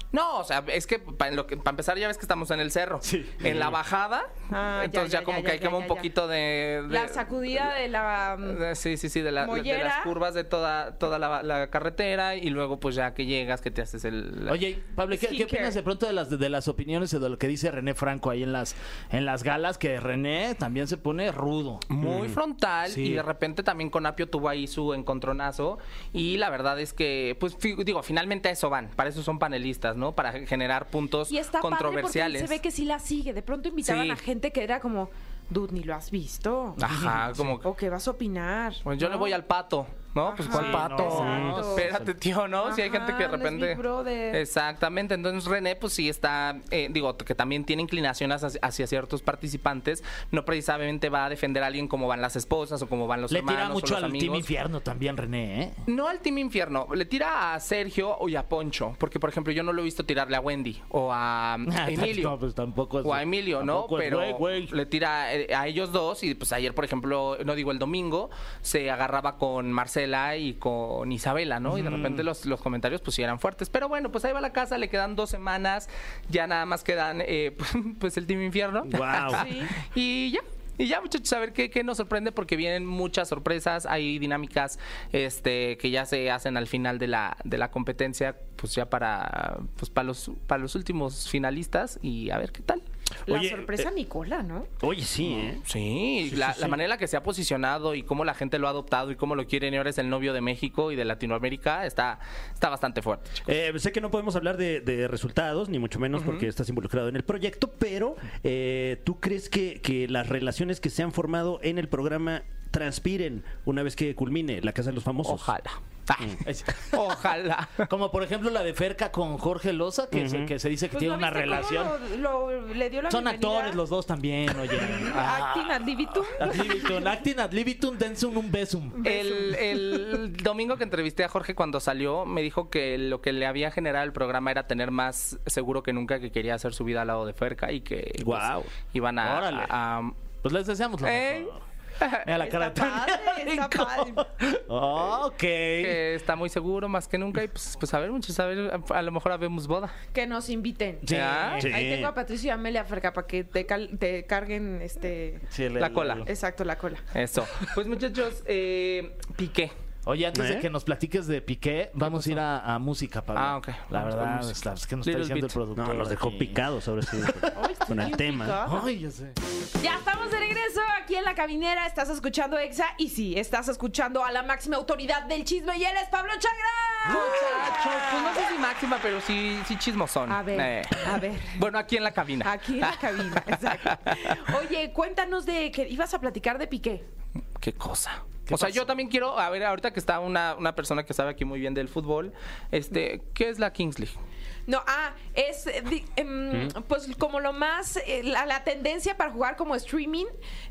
No, o sea, es que para pa empezar ya ves que estamos en el cerro. Sí. En la bajada, Ah, entonces ya, ya, ya, como ya, que hay ya, como ya, un ya. poquito de, de- La sacudida de la... de- Sí, sí, sí, de, la- de mollera. las curvas de toda toda la, la carretera y luego pues ya que llegas, que te haces el... la- Oye, Pablo, ¿qué, ¿qué Skincare. opinas de pronto de las de las opiniones y de lo que dice René Franco ahí en las en las galas? Que René también se pone rudo. muy frontal Sí. y de repente también con Apio tuvo ahí su encontronazo y la verdad es que pues fi- digo finalmente a eso van, para eso son panelistas, ¿no? Para generar puntos Y está controversiales. padre porque se ve que sí la sigue. De pronto invitaban Sí. a gente que era como, dude, ni lo has visto. Ajá, como O que vas a opinar. pues yo ¿no? le voy al pato, ¿no? Pues Ajá, ¿cuál pato? exacto. Espérate, tío, ¿no? Si hay gente que de Ajá, no es repente... Big Brother. Exactamente, entonces René pues sí está, eh, digo, que también tiene inclinaciones hacia, hacia ciertos participantes, no precisamente va a defender a alguien como van las esposas o como van los Le hermanos tira mucho o los al amigos. Team Infierno también, René, ¿eh? No al Team Infierno, le tira a Sergio y a Poncho, porque por ejemplo yo no lo he visto tirarle a Wendy o a Emilio. No, pues tampoco es- O a Emilio, ¿no? tampoco es Pero güey, güey. le tira eh, a ellos dos y pues ayer, por ejemplo, no digo el domingo, se agarraba con Marcela y con Isabela, ¿no? Y de repente los, los comentarios pues sí eran fuertes. Pero bueno, pues ahí va la casa, le quedan dos semanas, ya nada más quedan eh, pues el Team Infierno. Guau. Sí. Y ya. Y ya, muchachos, a ver qué, qué nos sorprende, porque vienen muchas sorpresas, hay dinámicas este, que ya se hacen al final de la, de la competencia, pues ya para, pues para los, para los últimos finalistas, y a ver qué tal. La Oye, sorpresa eh, Nicola, ¿no? Oye, sí, ¿eh? Sí, la, la manera en la que se ha posicionado y cómo la gente lo ha adoptado y cómo lo quieren, y ahora es el novio de México y de Latinoamérica, está, está bastante fuerte, chicos. Eh, sé que no podemos hablar de, de resultados, ni mucho menos porque estás involucrado en el proyecto, pero eh, ¿tú crees que, que las relaciones que se han formado en el programa transpiren una vez que culmine la Casa de los Famosos? Ojalá. Ah, ojalá. Como por ejemplo la de Ferca con Jorge Loza, que, se, que se dice que Pues, tiene ¿no una viste cómo relación. Lo, lo- le dio la Son bienvenida? actores los dos también, oye. Ah, Acting ad libitum. ad libitum, acting ad libitum, densum un besum. El, el domingo que entrevisté a Jorge cuando salió, me dijo que lo que le había generado el programa era tener más seguro que nunca que quería hacer su vida al lado de Ferca y que pues, Guau. iban a, Órale. a- a- Pues les deseamos lo ¿Eh? mejor. Mira la cara de Está padre, está padre. Ok. que está muy seguro más que nunca y pues, pues a ver, muchachos, a ver, a, a lo mejor habemos boda. Que nos inviten. Sí. ¿Ya? Sí. Ahí tengo a Patricio y a Amelia Ferca para que te, cal- te carguen este... Sí, el- La el- cola. Exacto, la cola. Eso. Pues muchachos, eh, Piqué. Oye, antes ¿Eh? de que nos platiques de Piqué, vamos a ir a, a música, Pablo. Ah, ok. La Vamos con verdad, música. está- es que nos Little está diciendo bit. el productor. No, los dejó aquí. picados ahora sí Ay, estoy con el bien tema. picada. Ay, ya sé. Ya estamos de regreso aquí en La Caminera. Estás escuchando Exa y sí, estás escuchando a la máxima autoridad del chisme y él es Pablo Chagra. Muchachos, pues no sé si máxima, pero sí, sí chismosón. A ver, Eh. a ver. Bueno, aquí en la cabina. Aquí en la cabina, exacto. Oye, cuéntanos de que ibas a platicar de Piqué. Qué cosa. O sea, yo también quiero, a ver, ahorita que está una, una persona que sabe aquí muy bien del fútbol, este, ¿qué es la Kings League? No, ah, es eh, di- em, pues como lo más, eh, la, la tendencia para jugar como streaming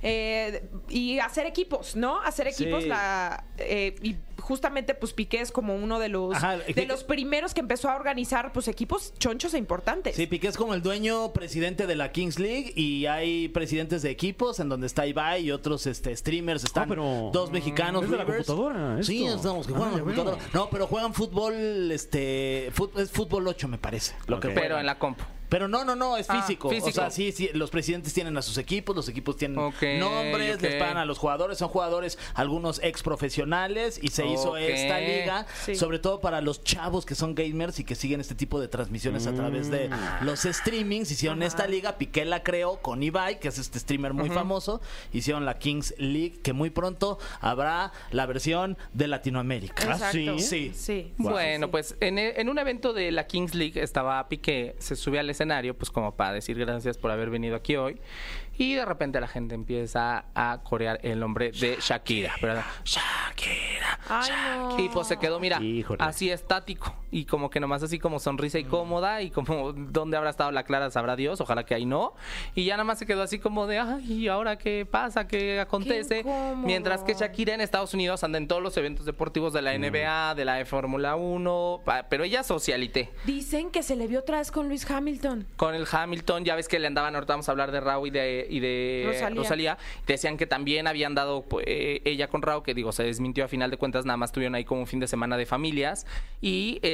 eh, y hacer equipos, ¿no? Hacer equipos, Sí. la eh, y justamente pues Piqué es como uno de los Ajá, de Piqué- los primeros que empezó a organizar pues equipos chonchos e importantes. Sí, Piqué es como el dueño presidente de la Kings League y hay presidentes de equipos en donde está Ibai y otros este, streamers. Están Ah, pero- dos mexicanos. es de la Rivers. computadora, Sí, esto. estamos que juegan Ah, en la ya veo. computadora. No, pero juegan fútbol, este, fut- es fútbol ocho me parece. Lo que Ok. juegan. Pero en la compu. Pero no, no, no, es Ah, físico. físico. O sea, sí, sí, los presidentes tienen a sus equipos, los equipos tienen Ok, nombres, ok. les pagan a los jugadores, son jugadores, algunos ex profesionales y se hizo Ok. esta liga, Sí. sobre todo para los chavos que son gamers y que siguen este tipo de transmisiones a través de los streamings. Hicieron esta liga, Piqué la creó con Ibai, que es este streamer muy famoso. Hicieron la Kings League, que muy pronto habrá la versión de Latinoamérica. Exacto. ¿sí? Sí. Sí. Bueno, Sí. pues en, e- en un evento de la Kings League estaba Piqué, se sube al escenario, pues como para decir gracias por haber venido aquí hoy. Y de repente la gente empieza a corear el nombre de Shakira, ¿verdad? Shakira. Ay, no. Y pues se quedó, mira, Híjole. así estático. Y como que nomás así como sonrisa incómoda. Y como, ¿dónde habrá estado la Clara? Sabrá Dios. Ojalá que ahí no. Y ya nada más se quedó así como de, ay, ¿y ahora qué pasa? ¿Qué acontece? incómodo. Mientras que Shakira en Estados Unidos anda en todos los eventos deportivos de la N B A, de la de Fórmula uno. pa- Pero ella socialité. Dicen que se le vio otra vez con Luis Hamilton. Con el Hamilton, ya ves que le andaban, ahorita vamos a hablar de Raúl y de, y de Rosalía. Rosalía. Decían que también habían dado pues, eh, ella con Raúl, que digo, se desmintió a final de cuentas, nada más tuvieron ahí como un fin de semana de familias. Y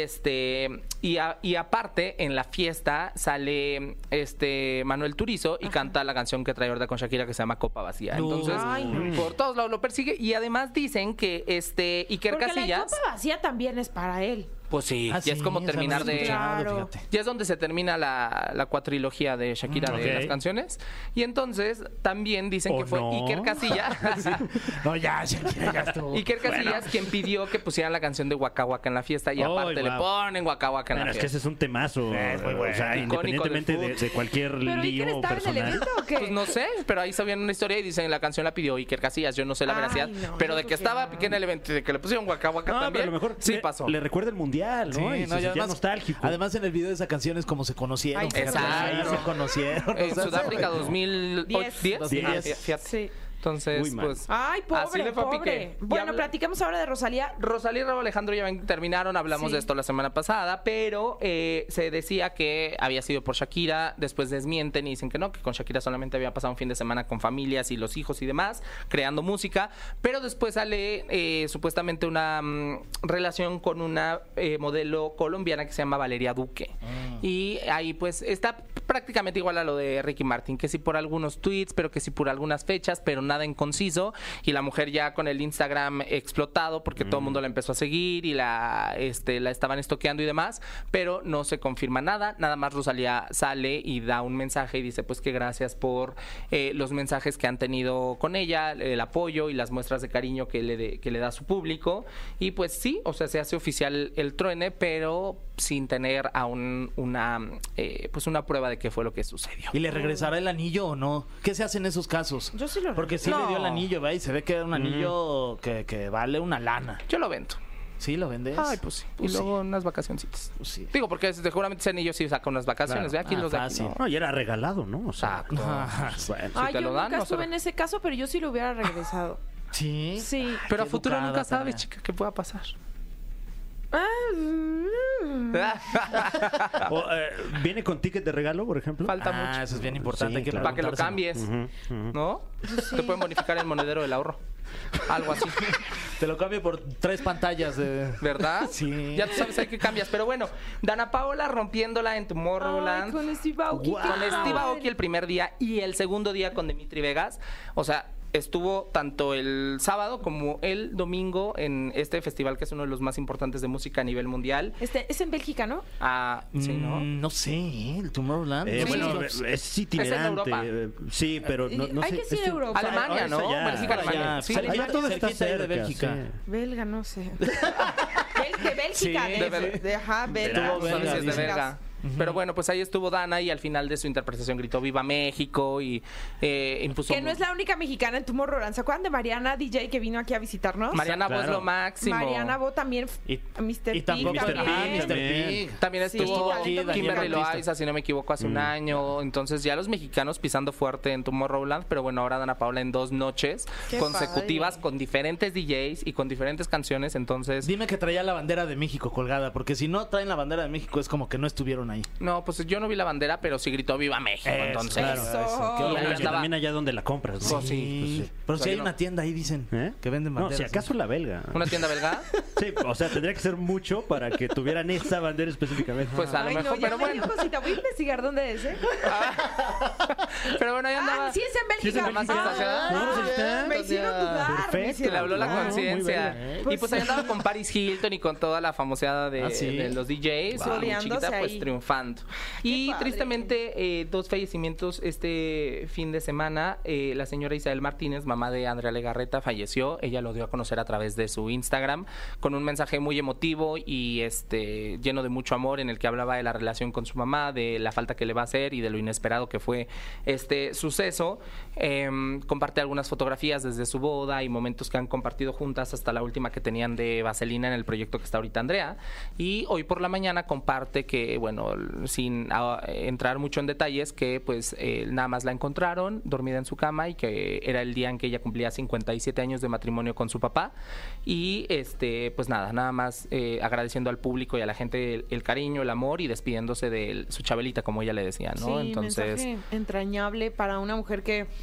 este y, a- y aparte en la fiesta sale este Manuel Turizo y canta la canción que trae ahorita con Shakira que se llama Copa Vacía. Entonces, Ay, no. por todos lados lo persigue y además dicen que este Iker Porque la Casillas, copa vacía también es para él. pues sí, Ah, ya es sí, como esa no terminar la he de escuchado, Claro. fíjate. ya es donde se termina la, la cuatrilogía de Shakira Mm, de ok. las canciones. Y entonces también dicen ¿O que fue no? Iker Casillas. No, ya, ya, ya estuvo. Iker Casillas quien pidió que pusieran la canción de Waka Waka en la fiesta y Ay, aparte le guau. ponen Waka Waka en Bueno, la es que ese fiesta. es un temazo. O sea, Icónico del independientemente de, fútbol. de cualquier ¿Pero lío Iker estaba en el personal. evento o qué? Pues no sé, pero ahí sabían una historia y dicen la canción la pidió Iker Casillas. Yo no sé la Ay, veracidad, no, pero yo de creo que que estaba no. Piqué en el evento y de que le pusieron Waka Waka No, también. pero a lo mejor sí le, pasó. le recuerda el mundial, ¿no? Sí, y no, se y sentía además, nostálgico. además en el video de esa canción es como se conocieron. Ay, fíjate, exacto. ahí se conocieron. En o sea, Sudáfrica se- dos mil diez. Diez. Ah, fíjate. Sí. Entonces, Muy mal. pues. Ay, así pobre, le fue a pobre. Piqué. Y Bueno, habla- platicamos ahora de Rosalía. Rosalía y Raúl Alejandro ya ven- terminaron, hablamos Sí. de esto la semana pasada, pero eh, se decía que había sido por Shakira, después desmienten y dicen que no, que con Shakira solamente había pasado un fin de semana con familias y los hijos y demás, creando música, pero después sale eh, supuestamente una mm, relación con una eh, modelo colombiana que se llama Valeria Duque. Y ahí pues está prácticamente igual a lo de Ricky Martin, que sí por algunos tweets, pero que sí por algunas fechas, pero nada en conciso. Y la mujer ya con el Instagram explotado porque todo el mundo la empezó a seguir y la, este, la estaban estoqueando y demás, pero no se confirma nada. Nada más Rosalía sale y da un mensaje y dice pues que gracias por eh, los mensajes que han tenido con ella, el apoyo y las muestras de cariño que le, de- que le da a su público. Y pues sí, o sea, se hace oficial el truene, pero sin tener aún una, eh, pues una prueba de qué fue lo que sucedió. ¿Y le regresará el anillo o no? ¿Qué se hace en esos casos? Yo sí lo Porque sí No. le dio el anillo, ¿va? Y se ve que era un anillo que, que vale una lana. Yo lo vendo. ¿Sí lo vendes? Ay, pues sí. Pues y luego unas vacacioncitas. Pues sí. Digo, porque seguramente ese anillo sí saca unas vacaciones. Claro. Ve aquí Ah, los de aquí. fácil. No. No, y era regalado, ¿no? O sea, Exacto. bueno. Si Ay, te yo lo dan, nunca no se estuve lo- en ese caso, pero yo sí lo hubiera regresado. Sí. Sí. Pero a Qué futuro educada, nunca sabes, Tania. chica, qué pueda pasar. Ah, mm. O, eh, ¿Viene con ticket de regalo, por ejemplo? Falta Ah, mucho. eso es bien importante. Sí, hay que claro. Para que lo preguntárselo. cambies, Ujú, ujú. ¿no? Te pueden bonificar el monedero del ahorro. Algo así. Te lo cambio por tres pantallas de... ¿Verdad? Sí. Ya tú sabes hay que cambias. Pero bueno, Dana Paola rompiéndola en Ay, Tomorrowland. con Steve Aoki. Con qué Steve padre. Aoki el primer día y el segundo día con Dimitri Vegas. O sea, estuvo tanto el sábado como el domingo en este festival que es uno de los más importantes de música a nivel mundial. Este, es en Bélgica, ¿no? Ah, sí, ¿no? Mm, no sé, ¿eh? El Tomorrowland. Eh, No sé. bueno, Sí. es itinerante. Europa. eh, Sí, pero no, no Hay sé. que decir este- Europa. Alemania, ¿no? allá. Bélgica, Allá, Alemania. Sí, cerquita- Allá todo está cerquita ahí de cerca, Bélgica. sí. Belga, no sé. Bel- de Bélgica, Sí, de, de- de, ajá, Bélgica. Estuvo Pues, belga, sí, es de dice. verga. Pero bueno, pues ahí estuvo Dana y al final de su interpretación gritó Viva México y eh, impuso... Que no es la única mexicana en Tomorrowland. ¿Se acuerdan de Mariana D J que vino aquí a visitarnos? Mariana Bo es Claro. lo máximo. Mariana Bo también. Y- mister y tampoco Pig Mr. Ah, también. mister También. Pig. También Sí, estuvo aquí, Daniel Kimberly Bautista. Loaiza, si no me equivoco, hace un año. Entonces ya los mexicanos pisando fuerte en Tomorrowland, pero bueno, ahora Dana Paola en dos noches Qué consecutivas padre. con diferentes D Js y con diferentes canciones. Entonces, Dime que traía la bandera de México colgada, porque si no traen la bandera de México es como que no estuvieron ahí. no, pues yo no vi la bandera, pero sí gritó Viva México. Eso, entonces, claro. Eso. Eso, qué Y Bueno, ahí que andaba- también allá donde la compras, ¿no? Oh, sí. Sí. Pero si Pero hay yo una no. tienda ahí, dicen, ¿Eh? que venden No, banderas. si acaso la belga. ¿Una tienda belga? Sí, o sea, tendría que ser mucho para que tuvieran esa bandera específicamente. Pues a lo Ay, mejor, no, ya pero me bueno. dio cosita. Voy a investigar dónde es, ¿eh? Pero bueno, ahí andaba. Ah, sí es en Bélgica. Sí es en Bélgica. Ah, Más exagerada. No, pues ahí está. me hicieron dudar. me Perfecto. hicieron Le habló la No, muy conciencia. bien, Y Pues pues ahí andaba con Paris Hilton y con toda la famoseada de, Ah, ¿sí? de los D Js. Wow. Y mi chiquita Rodeándose pues ahí. triunfando. Y padre. tristemente, eh, dos fallecimientos este fin de semana. Eh, la señora Isabel Martínez, mamá de Andrea Legarreta, falleció. Ella lo dio a conocer a través de su Instagram con un mensaje muy emotivo y este lleno de mucho amor en el que hablaba de la relación con su mamá, de la falta que le va a hacer y de lo inesperado que fue este suceso. Em, comparte algunas fotografías desde su boda y momentos que han compartido juntas hasta la última que tenían de Vaselina en el proyecto que está ahorita Andrea. Y hoy por la mañana comparte que, bueno, sin ah, entrar mucho en detalles, que pues eh, nada más la encontraron dormida en su cama y que era el día en que ella cumplía cincuenta y siete años de matrimonio con su papá. Y este pues nada, nada más eh, agradeciendo al público y a la gente el, el cariño, el amor y despidiéndose de su Chabelita, como ella le decía, ¿no? Sí, Entonces... mensaje entrañable para una mujer que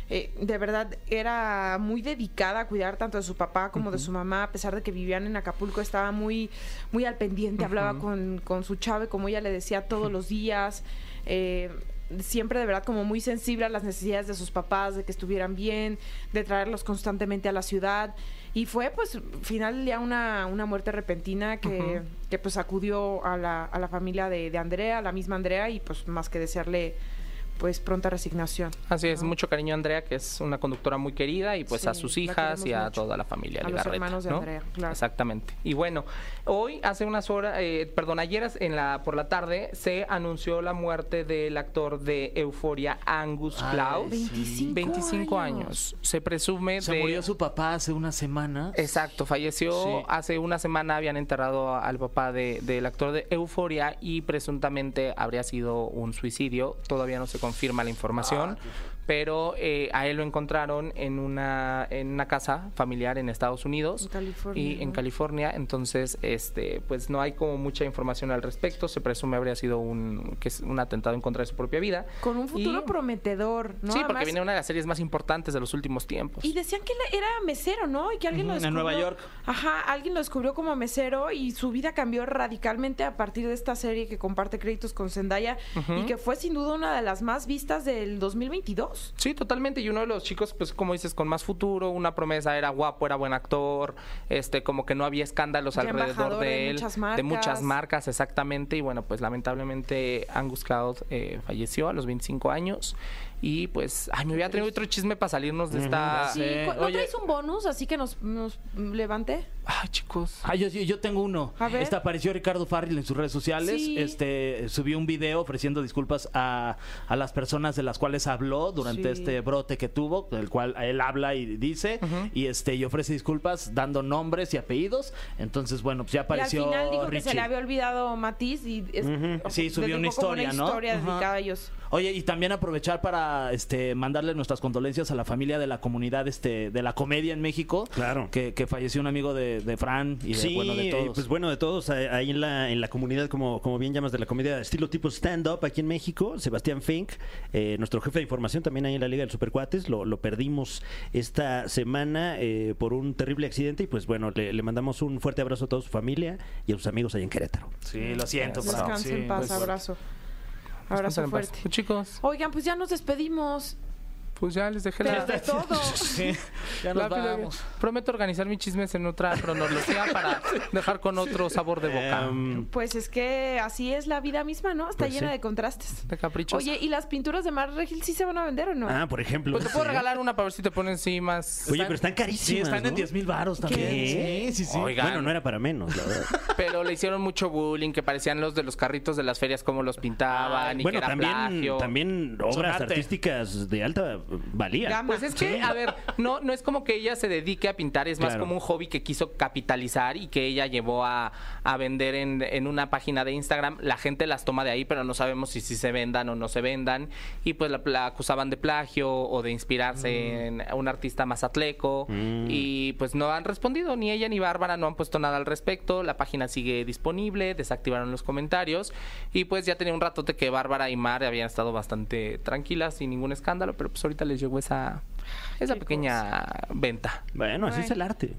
eh, de verdad era muy dedicada a cuidar tanto de su papá como uh-huh. de su mamá, a pesar de que vivían en Acapulco, estaba muy, muy al pendiente, uh-huh. hablaba con, con su chave, como ella le decía, todos uh-huh. los días. Eh, siempre de verdad como muy sensible a las necesidades de sus papás, de que estuvieran bien, de traerlos constantemente a la ciudad. Y fue pues al final del día una, una muerte repentina que, uh-huh. que pues acudió a la, a la familia de, de Andrea, la misma Andrea, y pues más que desearle pues pronta resignación. Así es, ¿no? Mucho cariño a Andrea, que es una conductora muy querida, y pues sí, a sus hijas y a mucho. Toda la familia a Legarreta, los hermanos de ¿no? Andrea, claro. Exactamente. Y bueno, hoy hace unas horas, eh, perdón, ayer en la por la tarde se anunció la muerte del actor de Euforia, Angus Cloud. veinticinco, veinticinco años. años. Se presume Se de... murió su papá hace una semana. Exacto, falleció Sí. hace una semana, habían enterrado al papá de, del actor de Euforia y presuntamente habría sido un suicidio. Todavía no se confirma la información. Ah, pero eh, a él lo encontraron en una en una casa familiar en Estados Unidos, en California, y ¿no? en California. Entonces, este, pues no hay como mucha información al respecto. Se presume habría sido un que es un atentado en contra de su propia vida. Con un futuro Y- prometedor, ¿no? Sí, porque Además, viene una de las series más importantes de los últimos tiempos. y decían que él era mesero, ¿no? Y que alguien lo Ujú, en descubrió. Nueva York. Ajá, alguien lo descubrió como mesero y su vida cambió radicalmente a partir de esta serie que comparte créditos con Zendaya Ujú. y que fue sin duda una de las más vistas del dos mil veintidós. Sí, totalmente. Y uno de los chicos, pues como dices, con más futuro, una promesa, era guapo, era buen actor, este, como que no había escándalos Ya alrededor embajador de de él, muchas de marcas. muchas marcas, exactamente. Y bueno, pues lamentablemente Angus Cloud eh, falleció a los veinticinco años. Y pues, ay, me hubiera tenido otro chisme para salirnos de esta. Sí, sé. ¿no Oye. traes un bonus así que nos, nos levante? Ay, chicos. Ah, yo, yo yo tengo uno. A ver. Este apareció Ricardo Farril en sus redes sociales. Sí. Este subió un video ofreciendo disculpas a, a las personas de las cuales habló durante Sí. este brote que tuvo, del cual él habla y dice, Ujú. y este y ofrece disculpas dando nombres y apellidos. Entonces, bueno, pues ya apareció y al final dijo que Richie. se le había olvidado Matiz y es- Sí, subió dedicó una como historia, ¿no? historia Ajá. dedicada a ellos. Oye, y también aprovechar para este mandarle nuestras condolencias a la familia de la comunidad este de la comedia en México. Claro. Que, que falleció un amigo de, de Fran y de, Sí, bueno, de todos. eh, pues bueno, de todos, eh, ahí en la, en la comunidad, como, como bien llamas, de la comedia estilo tipo stand-up aquí en México, Sebastián Fink, eh, nuestro jefe de información también ahí en la Liga del Supercuates, lo, lo perdimos esta semana eh, por un terrible accidente y pues bueno, le, le mandamos un fuerte abrazo a toda su familia y a sus amigos ahí en Querétaro. Sí, lo siento, Fran. Descansa Sí, en paz, pues, abrazo. Descansen Abrazo en paz. fuerte. Pues, chicos, Oigan, pues ya nos despedimos. pues ya les dejé la... De todo. Sí, ya nos la pila- vamos. Prometo organizar mis chismes en otra cronología para dejar con otro sabor de boca. Em, Pues es que así es la vida misma, ¿no? Está Pues llena sí. de contrastes. de caprichos. Oye, ¿y las pinturas de Mar Regil sí se van a vender o no? ah, por ejemplo. Pues te puedo Sí. regalar una para ver si te ponen sí más. Oye, pero están Sí, carísimas, están en ¿no? diez mil varos también. ¿Qué? Sí, sí, sí. Oigan. Bueno, no era para menos, la verdad. Pero le hicieron mucho bullying, que parecían los de los carritos de las ferias, como los pintaban, y Bueno, que era también, plagio. también Son obras arte. artísticas de alta valía. Gama. Pues es que, a ver, no, no es como que ella se dedique a pintar, es más Claro. como un hobby que quiso capitalizar y que ella llevó a, a vender en, en una página de Instagram. La gente las toma de ahí, pero no sabemos si, si se vendan o no se vendan. Y pues la, la acusaban de plagio o de inspirarse en un artista mazatleco. Mm. Y pues no han respondido, ni ella ni Bárbara no han puesto nada al respecto. La página sigue disponible, desactivaron los comentarios. Y pues ya tenía un ratote que Bárbara y Mar habían estado bastante tranquilas, sin ningún escándalo, pero pues ahorita les llegó esa, esa Qué pequeña venta. Bueno, así Ay. es el arte.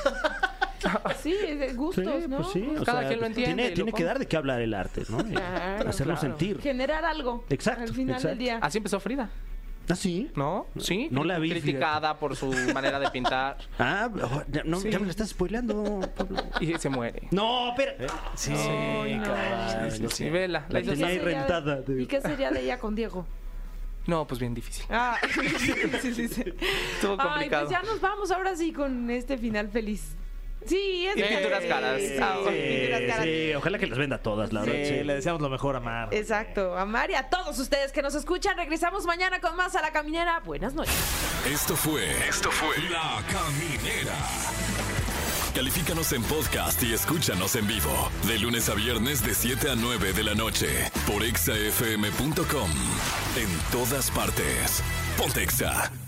Sí, de gustos, Sí, ¿no? pues sí, o Cada sea, quien lo entiende Tiene, y lo tiene que compra. dar de qué hablar el arte, ¿no? Y Claro, hacerlo claro. sentir. Generar algo. Exacto, Al final exacto. del día. Así empezó Frida, ¿Ah, sí? ¿no? Sí, no la vi, criticada por su manera de pintar Ah, oh, ya, no, Sí. ya me lo estás spoileando, Pablo. y se muere. No, espera. Sí, Ay, no. caray, Sí, lo sí, siento. vela. La hizo tenía ahí ¿Qué sería de- rentada. te ¿Y digo. qué sería de ella con Diego? No, pues bien difícil. Ah, sí, sí, sí. Estuvo Ay, complicado. pues ya nos vamos ahora sí con este final feliz. Sí, es Y que- pinturas caras. Sí, Ah, sí, pinturas Sí, caras. sí, ojalá que las venda todas, la verdad. Sí, Sí. le deseamos lo mejor a Mar. Exacto, a Mar y a todos ustedes que nos escuchan. Regresamos mañana con más a La Caminera. Buenas noches. Esto fue. Esto fue. La Caminera. Califícanos en podcast y escúchanos en vivo. De lunes a viernes de siete a nueve de la noche. Por exa f m punto com. En todas partes. Ponte Exa.